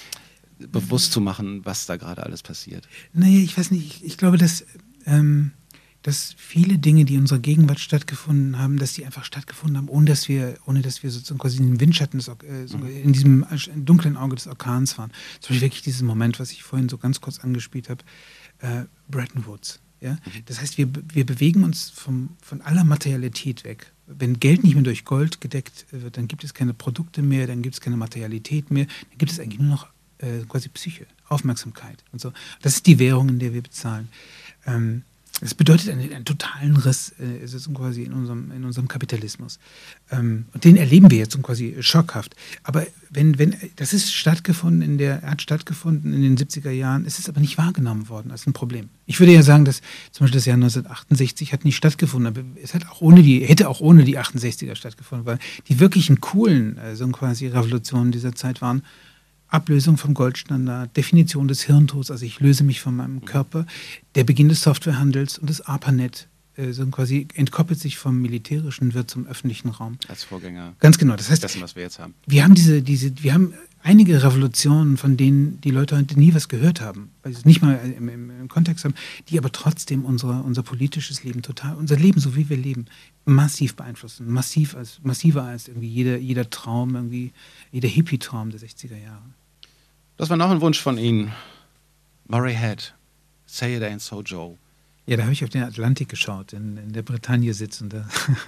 D: bewusst zu machen, was da gerade alles passiert.
E: Naja, ich weiß nicht, ich, ich glaube, dass, ähm, dass viele Dinge, die in unserer Gegenwart stattgefunden haben, dass die einfach stattgefunden haben, ohne dass wir, ohne dass wir sozusagen quasi in dem Windschatten, des, äh, so
D: Mhm.
E: in diesem dunklen Auge des Orkans waren. Zum Beispiel wirklich dieses Moment, was ich vorhin so ganz kurz angespielt habe, äh, Bretton Woods. Ja? Das heißt, wir, wir bewegen uns vom, von aller Materialität weg. Wenn Geld nicht mehr durch Gold gedeckt wird, dann gibt es keine Produkte mehr, dann gibt es keine Materialität mehr, dann gibt es eigentlich nur noch Äh, quasi Psyche, Aufmerksamkeit und so. Das ist die Währung, in der wir bezahlen. Ähm, das bedeutet einen, einen totalen Riss äh, ist es quasi in unserem, in unserem Kapitalismus. Ähm, und den erleben wir jetzt so quasi schockhaft. Aber wenn, wenn, das ist stattgefunden in der, hat stattgefunden in den siebziger Jahren, ist es aber nicht wahrgenommen worden als ein Problem. Ich würde ja sagen, dass zum Beispiel das Jahr neunzehnhundertachtundsechzig hat nicht stattgefunden, aber es hat auch ohne die, hätte auch ohne die achtundsechziger stattgefunden, weil die wirklichen coolen, äh, so quasi Revolutionen dieser Zeit waren: Ablösung vom Goldstandard, Definition des Hirntods, also ich löse mich von meinem Körper, der Beginn des Softwarehandels und das ARPANET, äh, so quasi entkoppelt sich vom Militärischen, wird zum öffentlichen Raum.
D: Als Vorgänger.
E: Ganz genau. Das heißt,
D: dessen, was wir jetzt haben.
E: Wir haben diese, diese, wir haben einige Revolutionen, von denen die Leute heute nie was gehört haben, weil sie es nicht mal im, im, im Kontext haben, die aber trotzdem unsere, unser politisches Leben total, unser Leben, so wie wir leben, massiv beeinflussen. Massiv als, massiver als irgendwie jeder, jeder Traum, irgendwie jeder Hippie-Traum der sechziger Jahre.
D: Das war noch ein Wunsch von Ihnen. Murray Head, Say It Ain't So Joe.
E: Ja, da habe ich auf den Atlantik geschaut, in, in der Bretagne sitzend.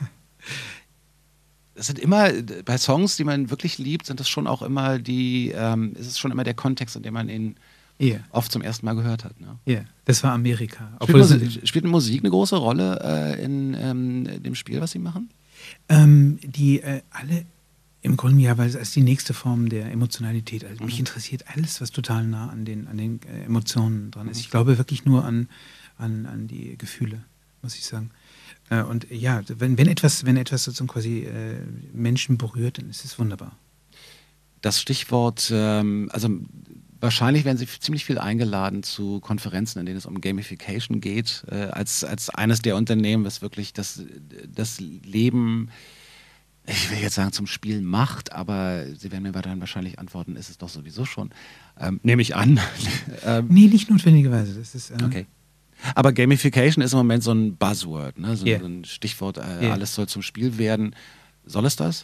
D: Das sind immer, bei Songs, die man wirklich liebt, sind das schon auch immer die, ähm, ist es schon immer der Kontext, in dem man ihn
E: yeah.
D: oft zum ersten Mal gehört hat. Ne?
E: Ja, yeah. Das war Amerika.
D: Spielt,
E: Obwohl
D: Musik, spielt Musik eine große Rolle äh, in ähm, dem Spiel, was Sie machen?
E: Ähm, die äh, alle im Grunde ja, weil es als die nächste Form der Emotionalität, also mich
D: Mhm.
E: interessiert alles, was total nah an den, an den äh, Emotionen dran ist. Ich glaube wirklich nur an, an, an die Gefühle, muss ich sagen. Äh, und ja, wenn, wenn etwas, wenn etwas sozusagen quasi äh, Menschen berührt, dann ist es wunderbar.
D: Das Stichwort, ähm, also wahrscheinlich werden Sie ziemlich viel eingeladen zu Konferenzen, in denen es um Gamification geht, äh, als, als eines der Unternehmen, was wirklich das, das Leben, ich will jetzt sagen, zum Spiel macht, aber Sie werden mir dann wahrscheinlich antworten, ist es doch sowieso schon. Ähm, nehme ich an. ähm,
E: Nee, nicht notwendigerweise. Das ist, äh,
D: okay. Aber Gamification ist im Moment so ein Buzzword, ne? so,
E: Yeah.
D: so ein Stichwort, äh,
E: Yeah.
D: alles soll zum Spiel werden. Soll es das?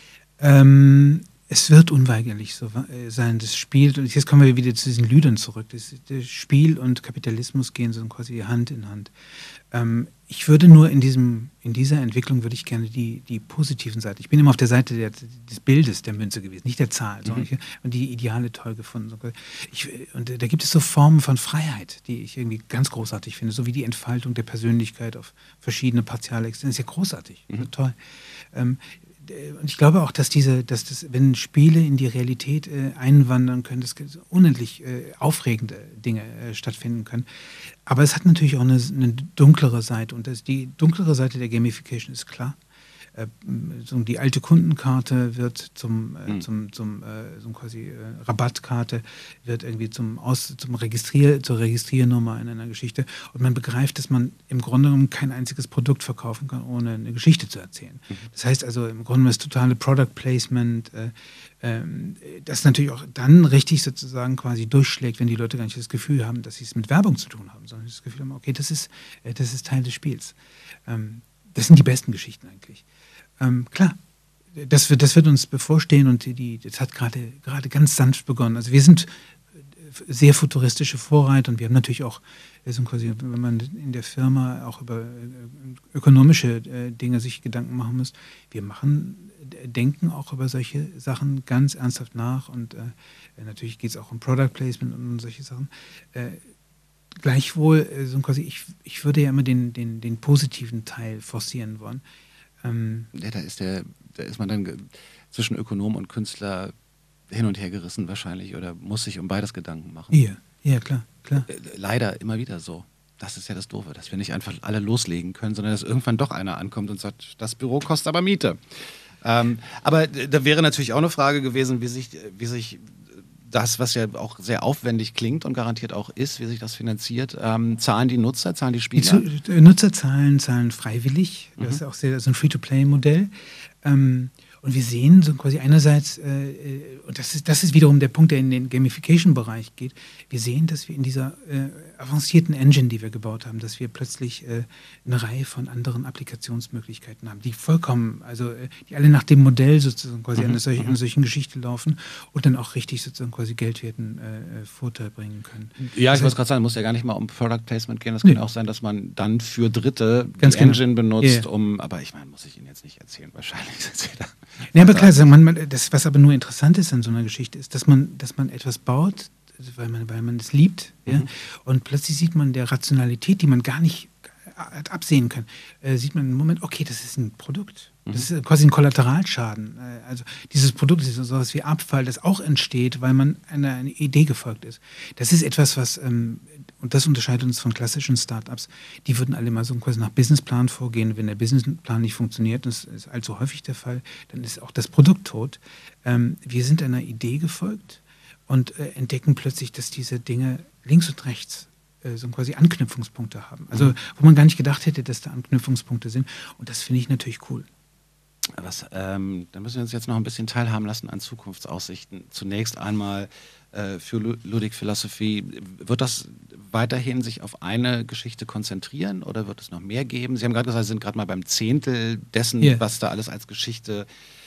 E: Ähm, es wird unweigerlich so äh, sein. Das Spiel, und jetzt kommen wir wieder zu diesen Lüdern zurück. Das, das Spiel und Kapitalismus gehen so quasi Hand in Hand. Ähm, ich würde nur in diesem, in dieser Entwicklung würde ich gerne die, die positiven Seiten. Ich bin immer auf der Seite der, des Bildes der Münze gewesen, nicht der Zahl, sondern ich, und die Ideale toll gefunden. Ich, und da gibt es so Formen von Freiheit, die ich irgendwie ganz großartig finde, so wie die Entfaltung der Persönlichkeit auf verschiedene partiale Extreme. Das ist ja großartig,
D: Mhm.
E: toll. Ähm, Und ich glaube auch, dass diese, dass das, wenn Spiele in die Realität äh, einwandern können, dass unendlich äh, aufregende Dinge äh, stattfinden können. Aber es hat natürlich auch eine, eine dunklere Seite. Und das, die dunklere Seite der Gamification ist klar. Äh, so die alte Kundenkarte wird zum, äh,
D: Mhm.
E: zum, zum äh, so quasi äh, Rabattkarte, wird irgendwie zum Aus, zum Registrier, zur Registriernummer in einer Geschichte. Und man begreift, dass man im Grunde genommen kein einziges Produkt verkaufen kann, ohne eine Geschichte zu erzählen.
D: Mhm.
E: Das heißt also im Grunde genommen das totale Product Placement, äh, ähm, das natürlich auch dann richtig sozusagen quasi durchschlägt, wenn die Leute gar nicht das Gefühl haben, dass sie es mit Werbung zu tun haben, sondern das Gefühl haben, okay, das ist, äh, das ist Teil des Spiels. Ähm, das sind die besten Geschichten eigentlich. Ähm, klar, das wird, das wird uns bevorstehen und die, das hat gerade gerade ganz sanft begonnen. Also wir sind sehr futuristische Vorreiter und wir haben natürlich auch, also quasi, wenn man in der Firma auch über ökonomische äh, Dinge sich Gedanken machen muss, wir machen, denken auch über solche Sachen ganz ernsthaft nach und äh, natürlich geht es auch um Product Placement und solche Sachen. Äh, gleichwohl, äh, so quasi, ich, ich würde ja immer den, den, den positiven Teil forcieren wollen. Ähm,
D: ja, da ist der, da ist man dann ge- zwischen Ökonom und Künstler hin und her gerissen wahrscheinlich oder muss sich um beides Gedanken machen.
E: ja, ja, klar, klar.
D: Äh, Leider immer wieder so. Das ist ja das Doofe, dass wir nicht einfach alle loslegen können, sondern dass irgendwann doch einer ankommt und sagt, das Büro kostet aber Miete. Ähm, aber da wäre natürlich auch eine Frage gewesen, wie sich, wie sich das, was ja auch sehr aufwendig klingt und garantiert auch ist, wie sich das finanziert. Ähm, zahlen die Nutzer, zahlen die
E: Die
D: Spieler?
E: Zu- äh, Nutzer zahlen, zahlen freiwillig. Das
D: Mhm.
E: ist auch sehr, so ein Free-to-Play-Modell. Ähm, und wir sehen so quasi einerseits, äh, äh, und das ist, das ist wiederum der Punkt, der in den Gamification-Bereich geht, wir sehen, dass wir in dieser äh, avancierten Engine, die wir gebaut haben, dass wir plötzlich äh, eine Reihe von anderen Applikationsmöglichkeiten haben, die vollkommen, also äh, die alle nach dem Modell sozusagen quasi
D: Mhm.
E: einer, solch, einer solchen Geschichte laufen und dann auch richtig sozusagen quasi geldwerten äh, Vorteil bringen können.
D: Ja,
E: Das
D: ich wollte
E: heißt-
D: gerade sagen, muss ja gar nicht mal um Product Placement gehen. Das
E: Nee.
D: kann auch sein, dass man dann für Dritte
E: Ganz
D: die
E: genau.
D: Engine benutzt,
E: Ja, ja.
D: um, aber ich meine, muss ich Ihnen jetzt nicht erzählen, wahrscheinlich sind Sie da.
E: Ja, aber klar, sagen man, man, das, was aber nur interessant ist an so einer Geschichte, ist, dass man, dass man etwas baut, weil man, weil man es liebt, ja,
D: Mhm.
E: und plötzlich sieht man der Rationalität, die man gar nicht hat absehen können, äh, sieht man im Moment, okay, das ist ein Produkt. Das ist quasi ein Kollateralschaden. Äh, also dieses Produkt ist so etwas wie Abfall, das auch entsteht, weil man einer eine Idee gefolgt ist. Das ist etwas, was, ähm, und das unterscheidet uns von klassischen Startups, die würden alle mal so quasi nach Businessplan vorgehen. Wenn der Businessplan nicht funktioniert, das ist allzu häufig der Fall, dann ist auch das Produkt tot. Ähm, wir sind einer Idee gefolgt und äh, entdecken plötzlich, dass diese Dinge links und rechts äh, so quasi Anknüpfungspunkte haben. Also wo man gar nicht gedacht hätte, dass da Anknüpfungspunkte sind. Und das finde ich natürlich cool.
D: Was, ähm, da müssen wir uns jetzt noch ein bisschen teilhaben lassen an Zukunftsaussichten. Zunächst einmal äh, für Lu- Ludic Philosophy. Wird das weiterhin sich auf eine Geschichte konzentrieren oder wird es noch mehr geben? Sie haben gerade gesagt, Sie sind gerade mal beim Zehntel dessen,
E: Ja.
D: was da alles als Geschichte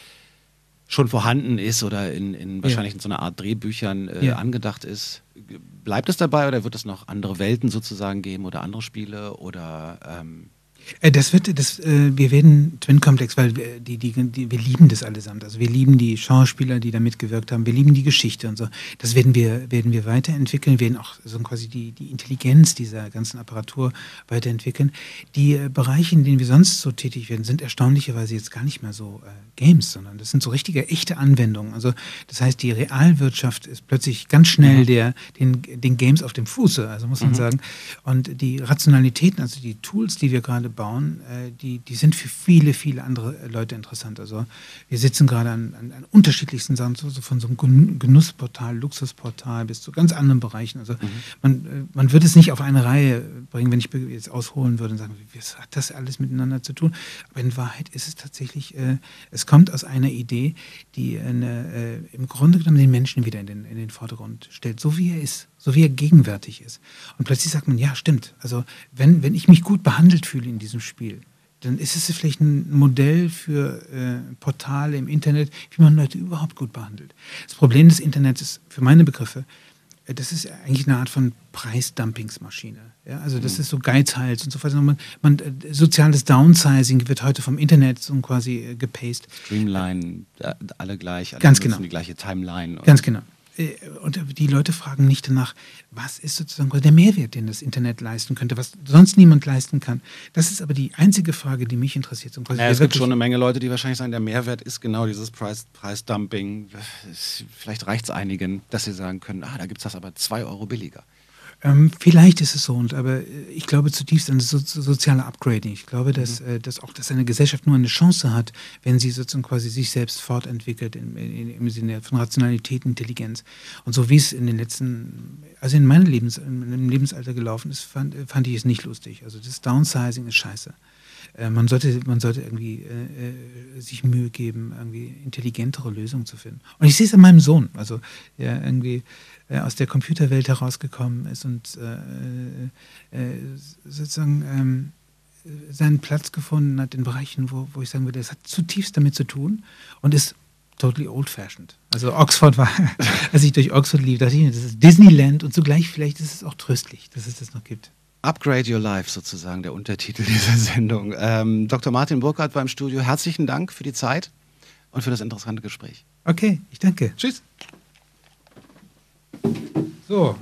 D: schon vorhanden ist oder in, in wahrscheinlich in so einer Art Drehbüchern äh,
E: Ja.
D: angedacht ist. Bleibt es dabei oder wird es noch andere Welten sozusagen geben oder andere Spiele oder ähm
E: Äh, Das wird, das, äh, wir werden Twin Complex, weil wir, die, die, die, wir lieben das allesamt. Also wir lieben die Schauspieler, die da mitgewirkt haben. Wir lieben die Geschichte und so. Das werden wir, werden wir weiterentwickeln. Wir werden auch so quasi die, die Intelligenz dieser ganzen Apparatur weiterentwickeln. Die äh, Bereiche, in denen wir sonst so tätig werden, sind erstaunlicherweise jetzt gar nicht mehr so äh, Games, sondern das sind so richtige, echte Anwendungen. Also das heißt, die Realwirtschaft ist plötzlich ganz schnell
D: Mhm.
E: der, den, den Games auf dem Fuße, also muss man
D: Mhm.
E: sagen. Und die Rationalitäten, also die Tools, die wir gerade bauen, äh, die, die sind für viele, viele andere Leute interessant. Also wir sitzen gerade an, an, an unterschiedlichsten Sachen, so, so von so einem Gen- Genussportal, Luxusportal bis zu ganz anderen Bereichen. Also man, äh, man würde es nicht auf eine Reihe bringen, wenn ich be- jetzt ausholen würde und sagen, was hat das alles miteinander zu tun? Aber in Wahrheit ist es tatsächlich, äh, es kommt aus einer Idee, die eine, äh, im Grunde genommen den Menschen wieder in den, in den Vordergrund stellt, so wie er ist, so wie er gegenwärtig ist. Und plötzlich sagt man, ja, stimmt. Also wenn, wenn ich mich gut behandelt fühle in diesem Spiel, dann ist es vielleicht ein Modell für äh, Portale im Internet, wie man Leute überhaupt gut behandelt. Das Problem des Internets ist, für meine Begriffe, äh, das ist eigentlich eine Art von Preisdumpingsmaschine. Ja? Also das ist so Geizhals und so weiter. Man, man, äh, soziales Downsizing wird heute vom Internet so quasi äh, gepaced.
D: Streamline, äh, alle gleich, alle
E: Ganz
D: nutzen
E: genau.
D: die gleiche Timeline.
E: Ganz genau. Äh, Und die Leute fragen nicht danach, was ist sozusagen der Mehrwert, den das Internet leisten könnte, was sonst niemand leisten kann. Das ist aber die einzige Frage, die mich interessiert. Und quasi
D: Ja, es
E: wer
D: gibt schon eine Menge Leute, die wahrscheinlich sagen, der Mehrwert ist genau dieses Preis, Preisdumping. Es- Vielleicht reicht es einigen, dass sie sagen können, ah, da gibt es das aber zwei Euro billiger.
E: Ähm, vielleicht ist es so, und, aber äh, ich glaube zutiefst an das so, so, soziale Upgrading. Ich glaube, dass, äh, dass auch dass eine Gesellschaft nur eine Chance hat, wenn sie sozusagen quasi sich selbst fortentwickelt im, in, im Sinne von Rationalität, Intelligenz. Und so wie es in den letzten, also in meinem Lebens, im Lebensalter gelaufen ist, fand, fand ich es nicht lustig. Also das Downsizing ist scheiße. Äh, man sollte, man sollte irgendwie äh, äh, sich Mühe geben, irgendwie intelligentere Lösungen zu finden. Und ich sehe es an meinem Sohn, also der irgendwie äh, aus der Computerwelt herausgekommen ist und äh, äh, sozusagen ähm, seinen Platz gefunden hat in Bereichen, wo, wo ich sagen würde, das hat zutiefst damit zu tun und ist totally old-fashioned. Also Oxford war, als ich durch Oxford lief, dachte ich, das ist Disneyland und zugleich vielleicht ist es auch tröstlich, dass es das noch gibt.
D: Upgrade Your Life sozusagen, der Untertitel dieser Sendung. Ähm, Doktor Martin Burkhardt war im Studio. Herzlichen Dank für die Zeit und für das interessante Gespräch.
E: Okay, ich danke.
D: Tschüss.
E: So.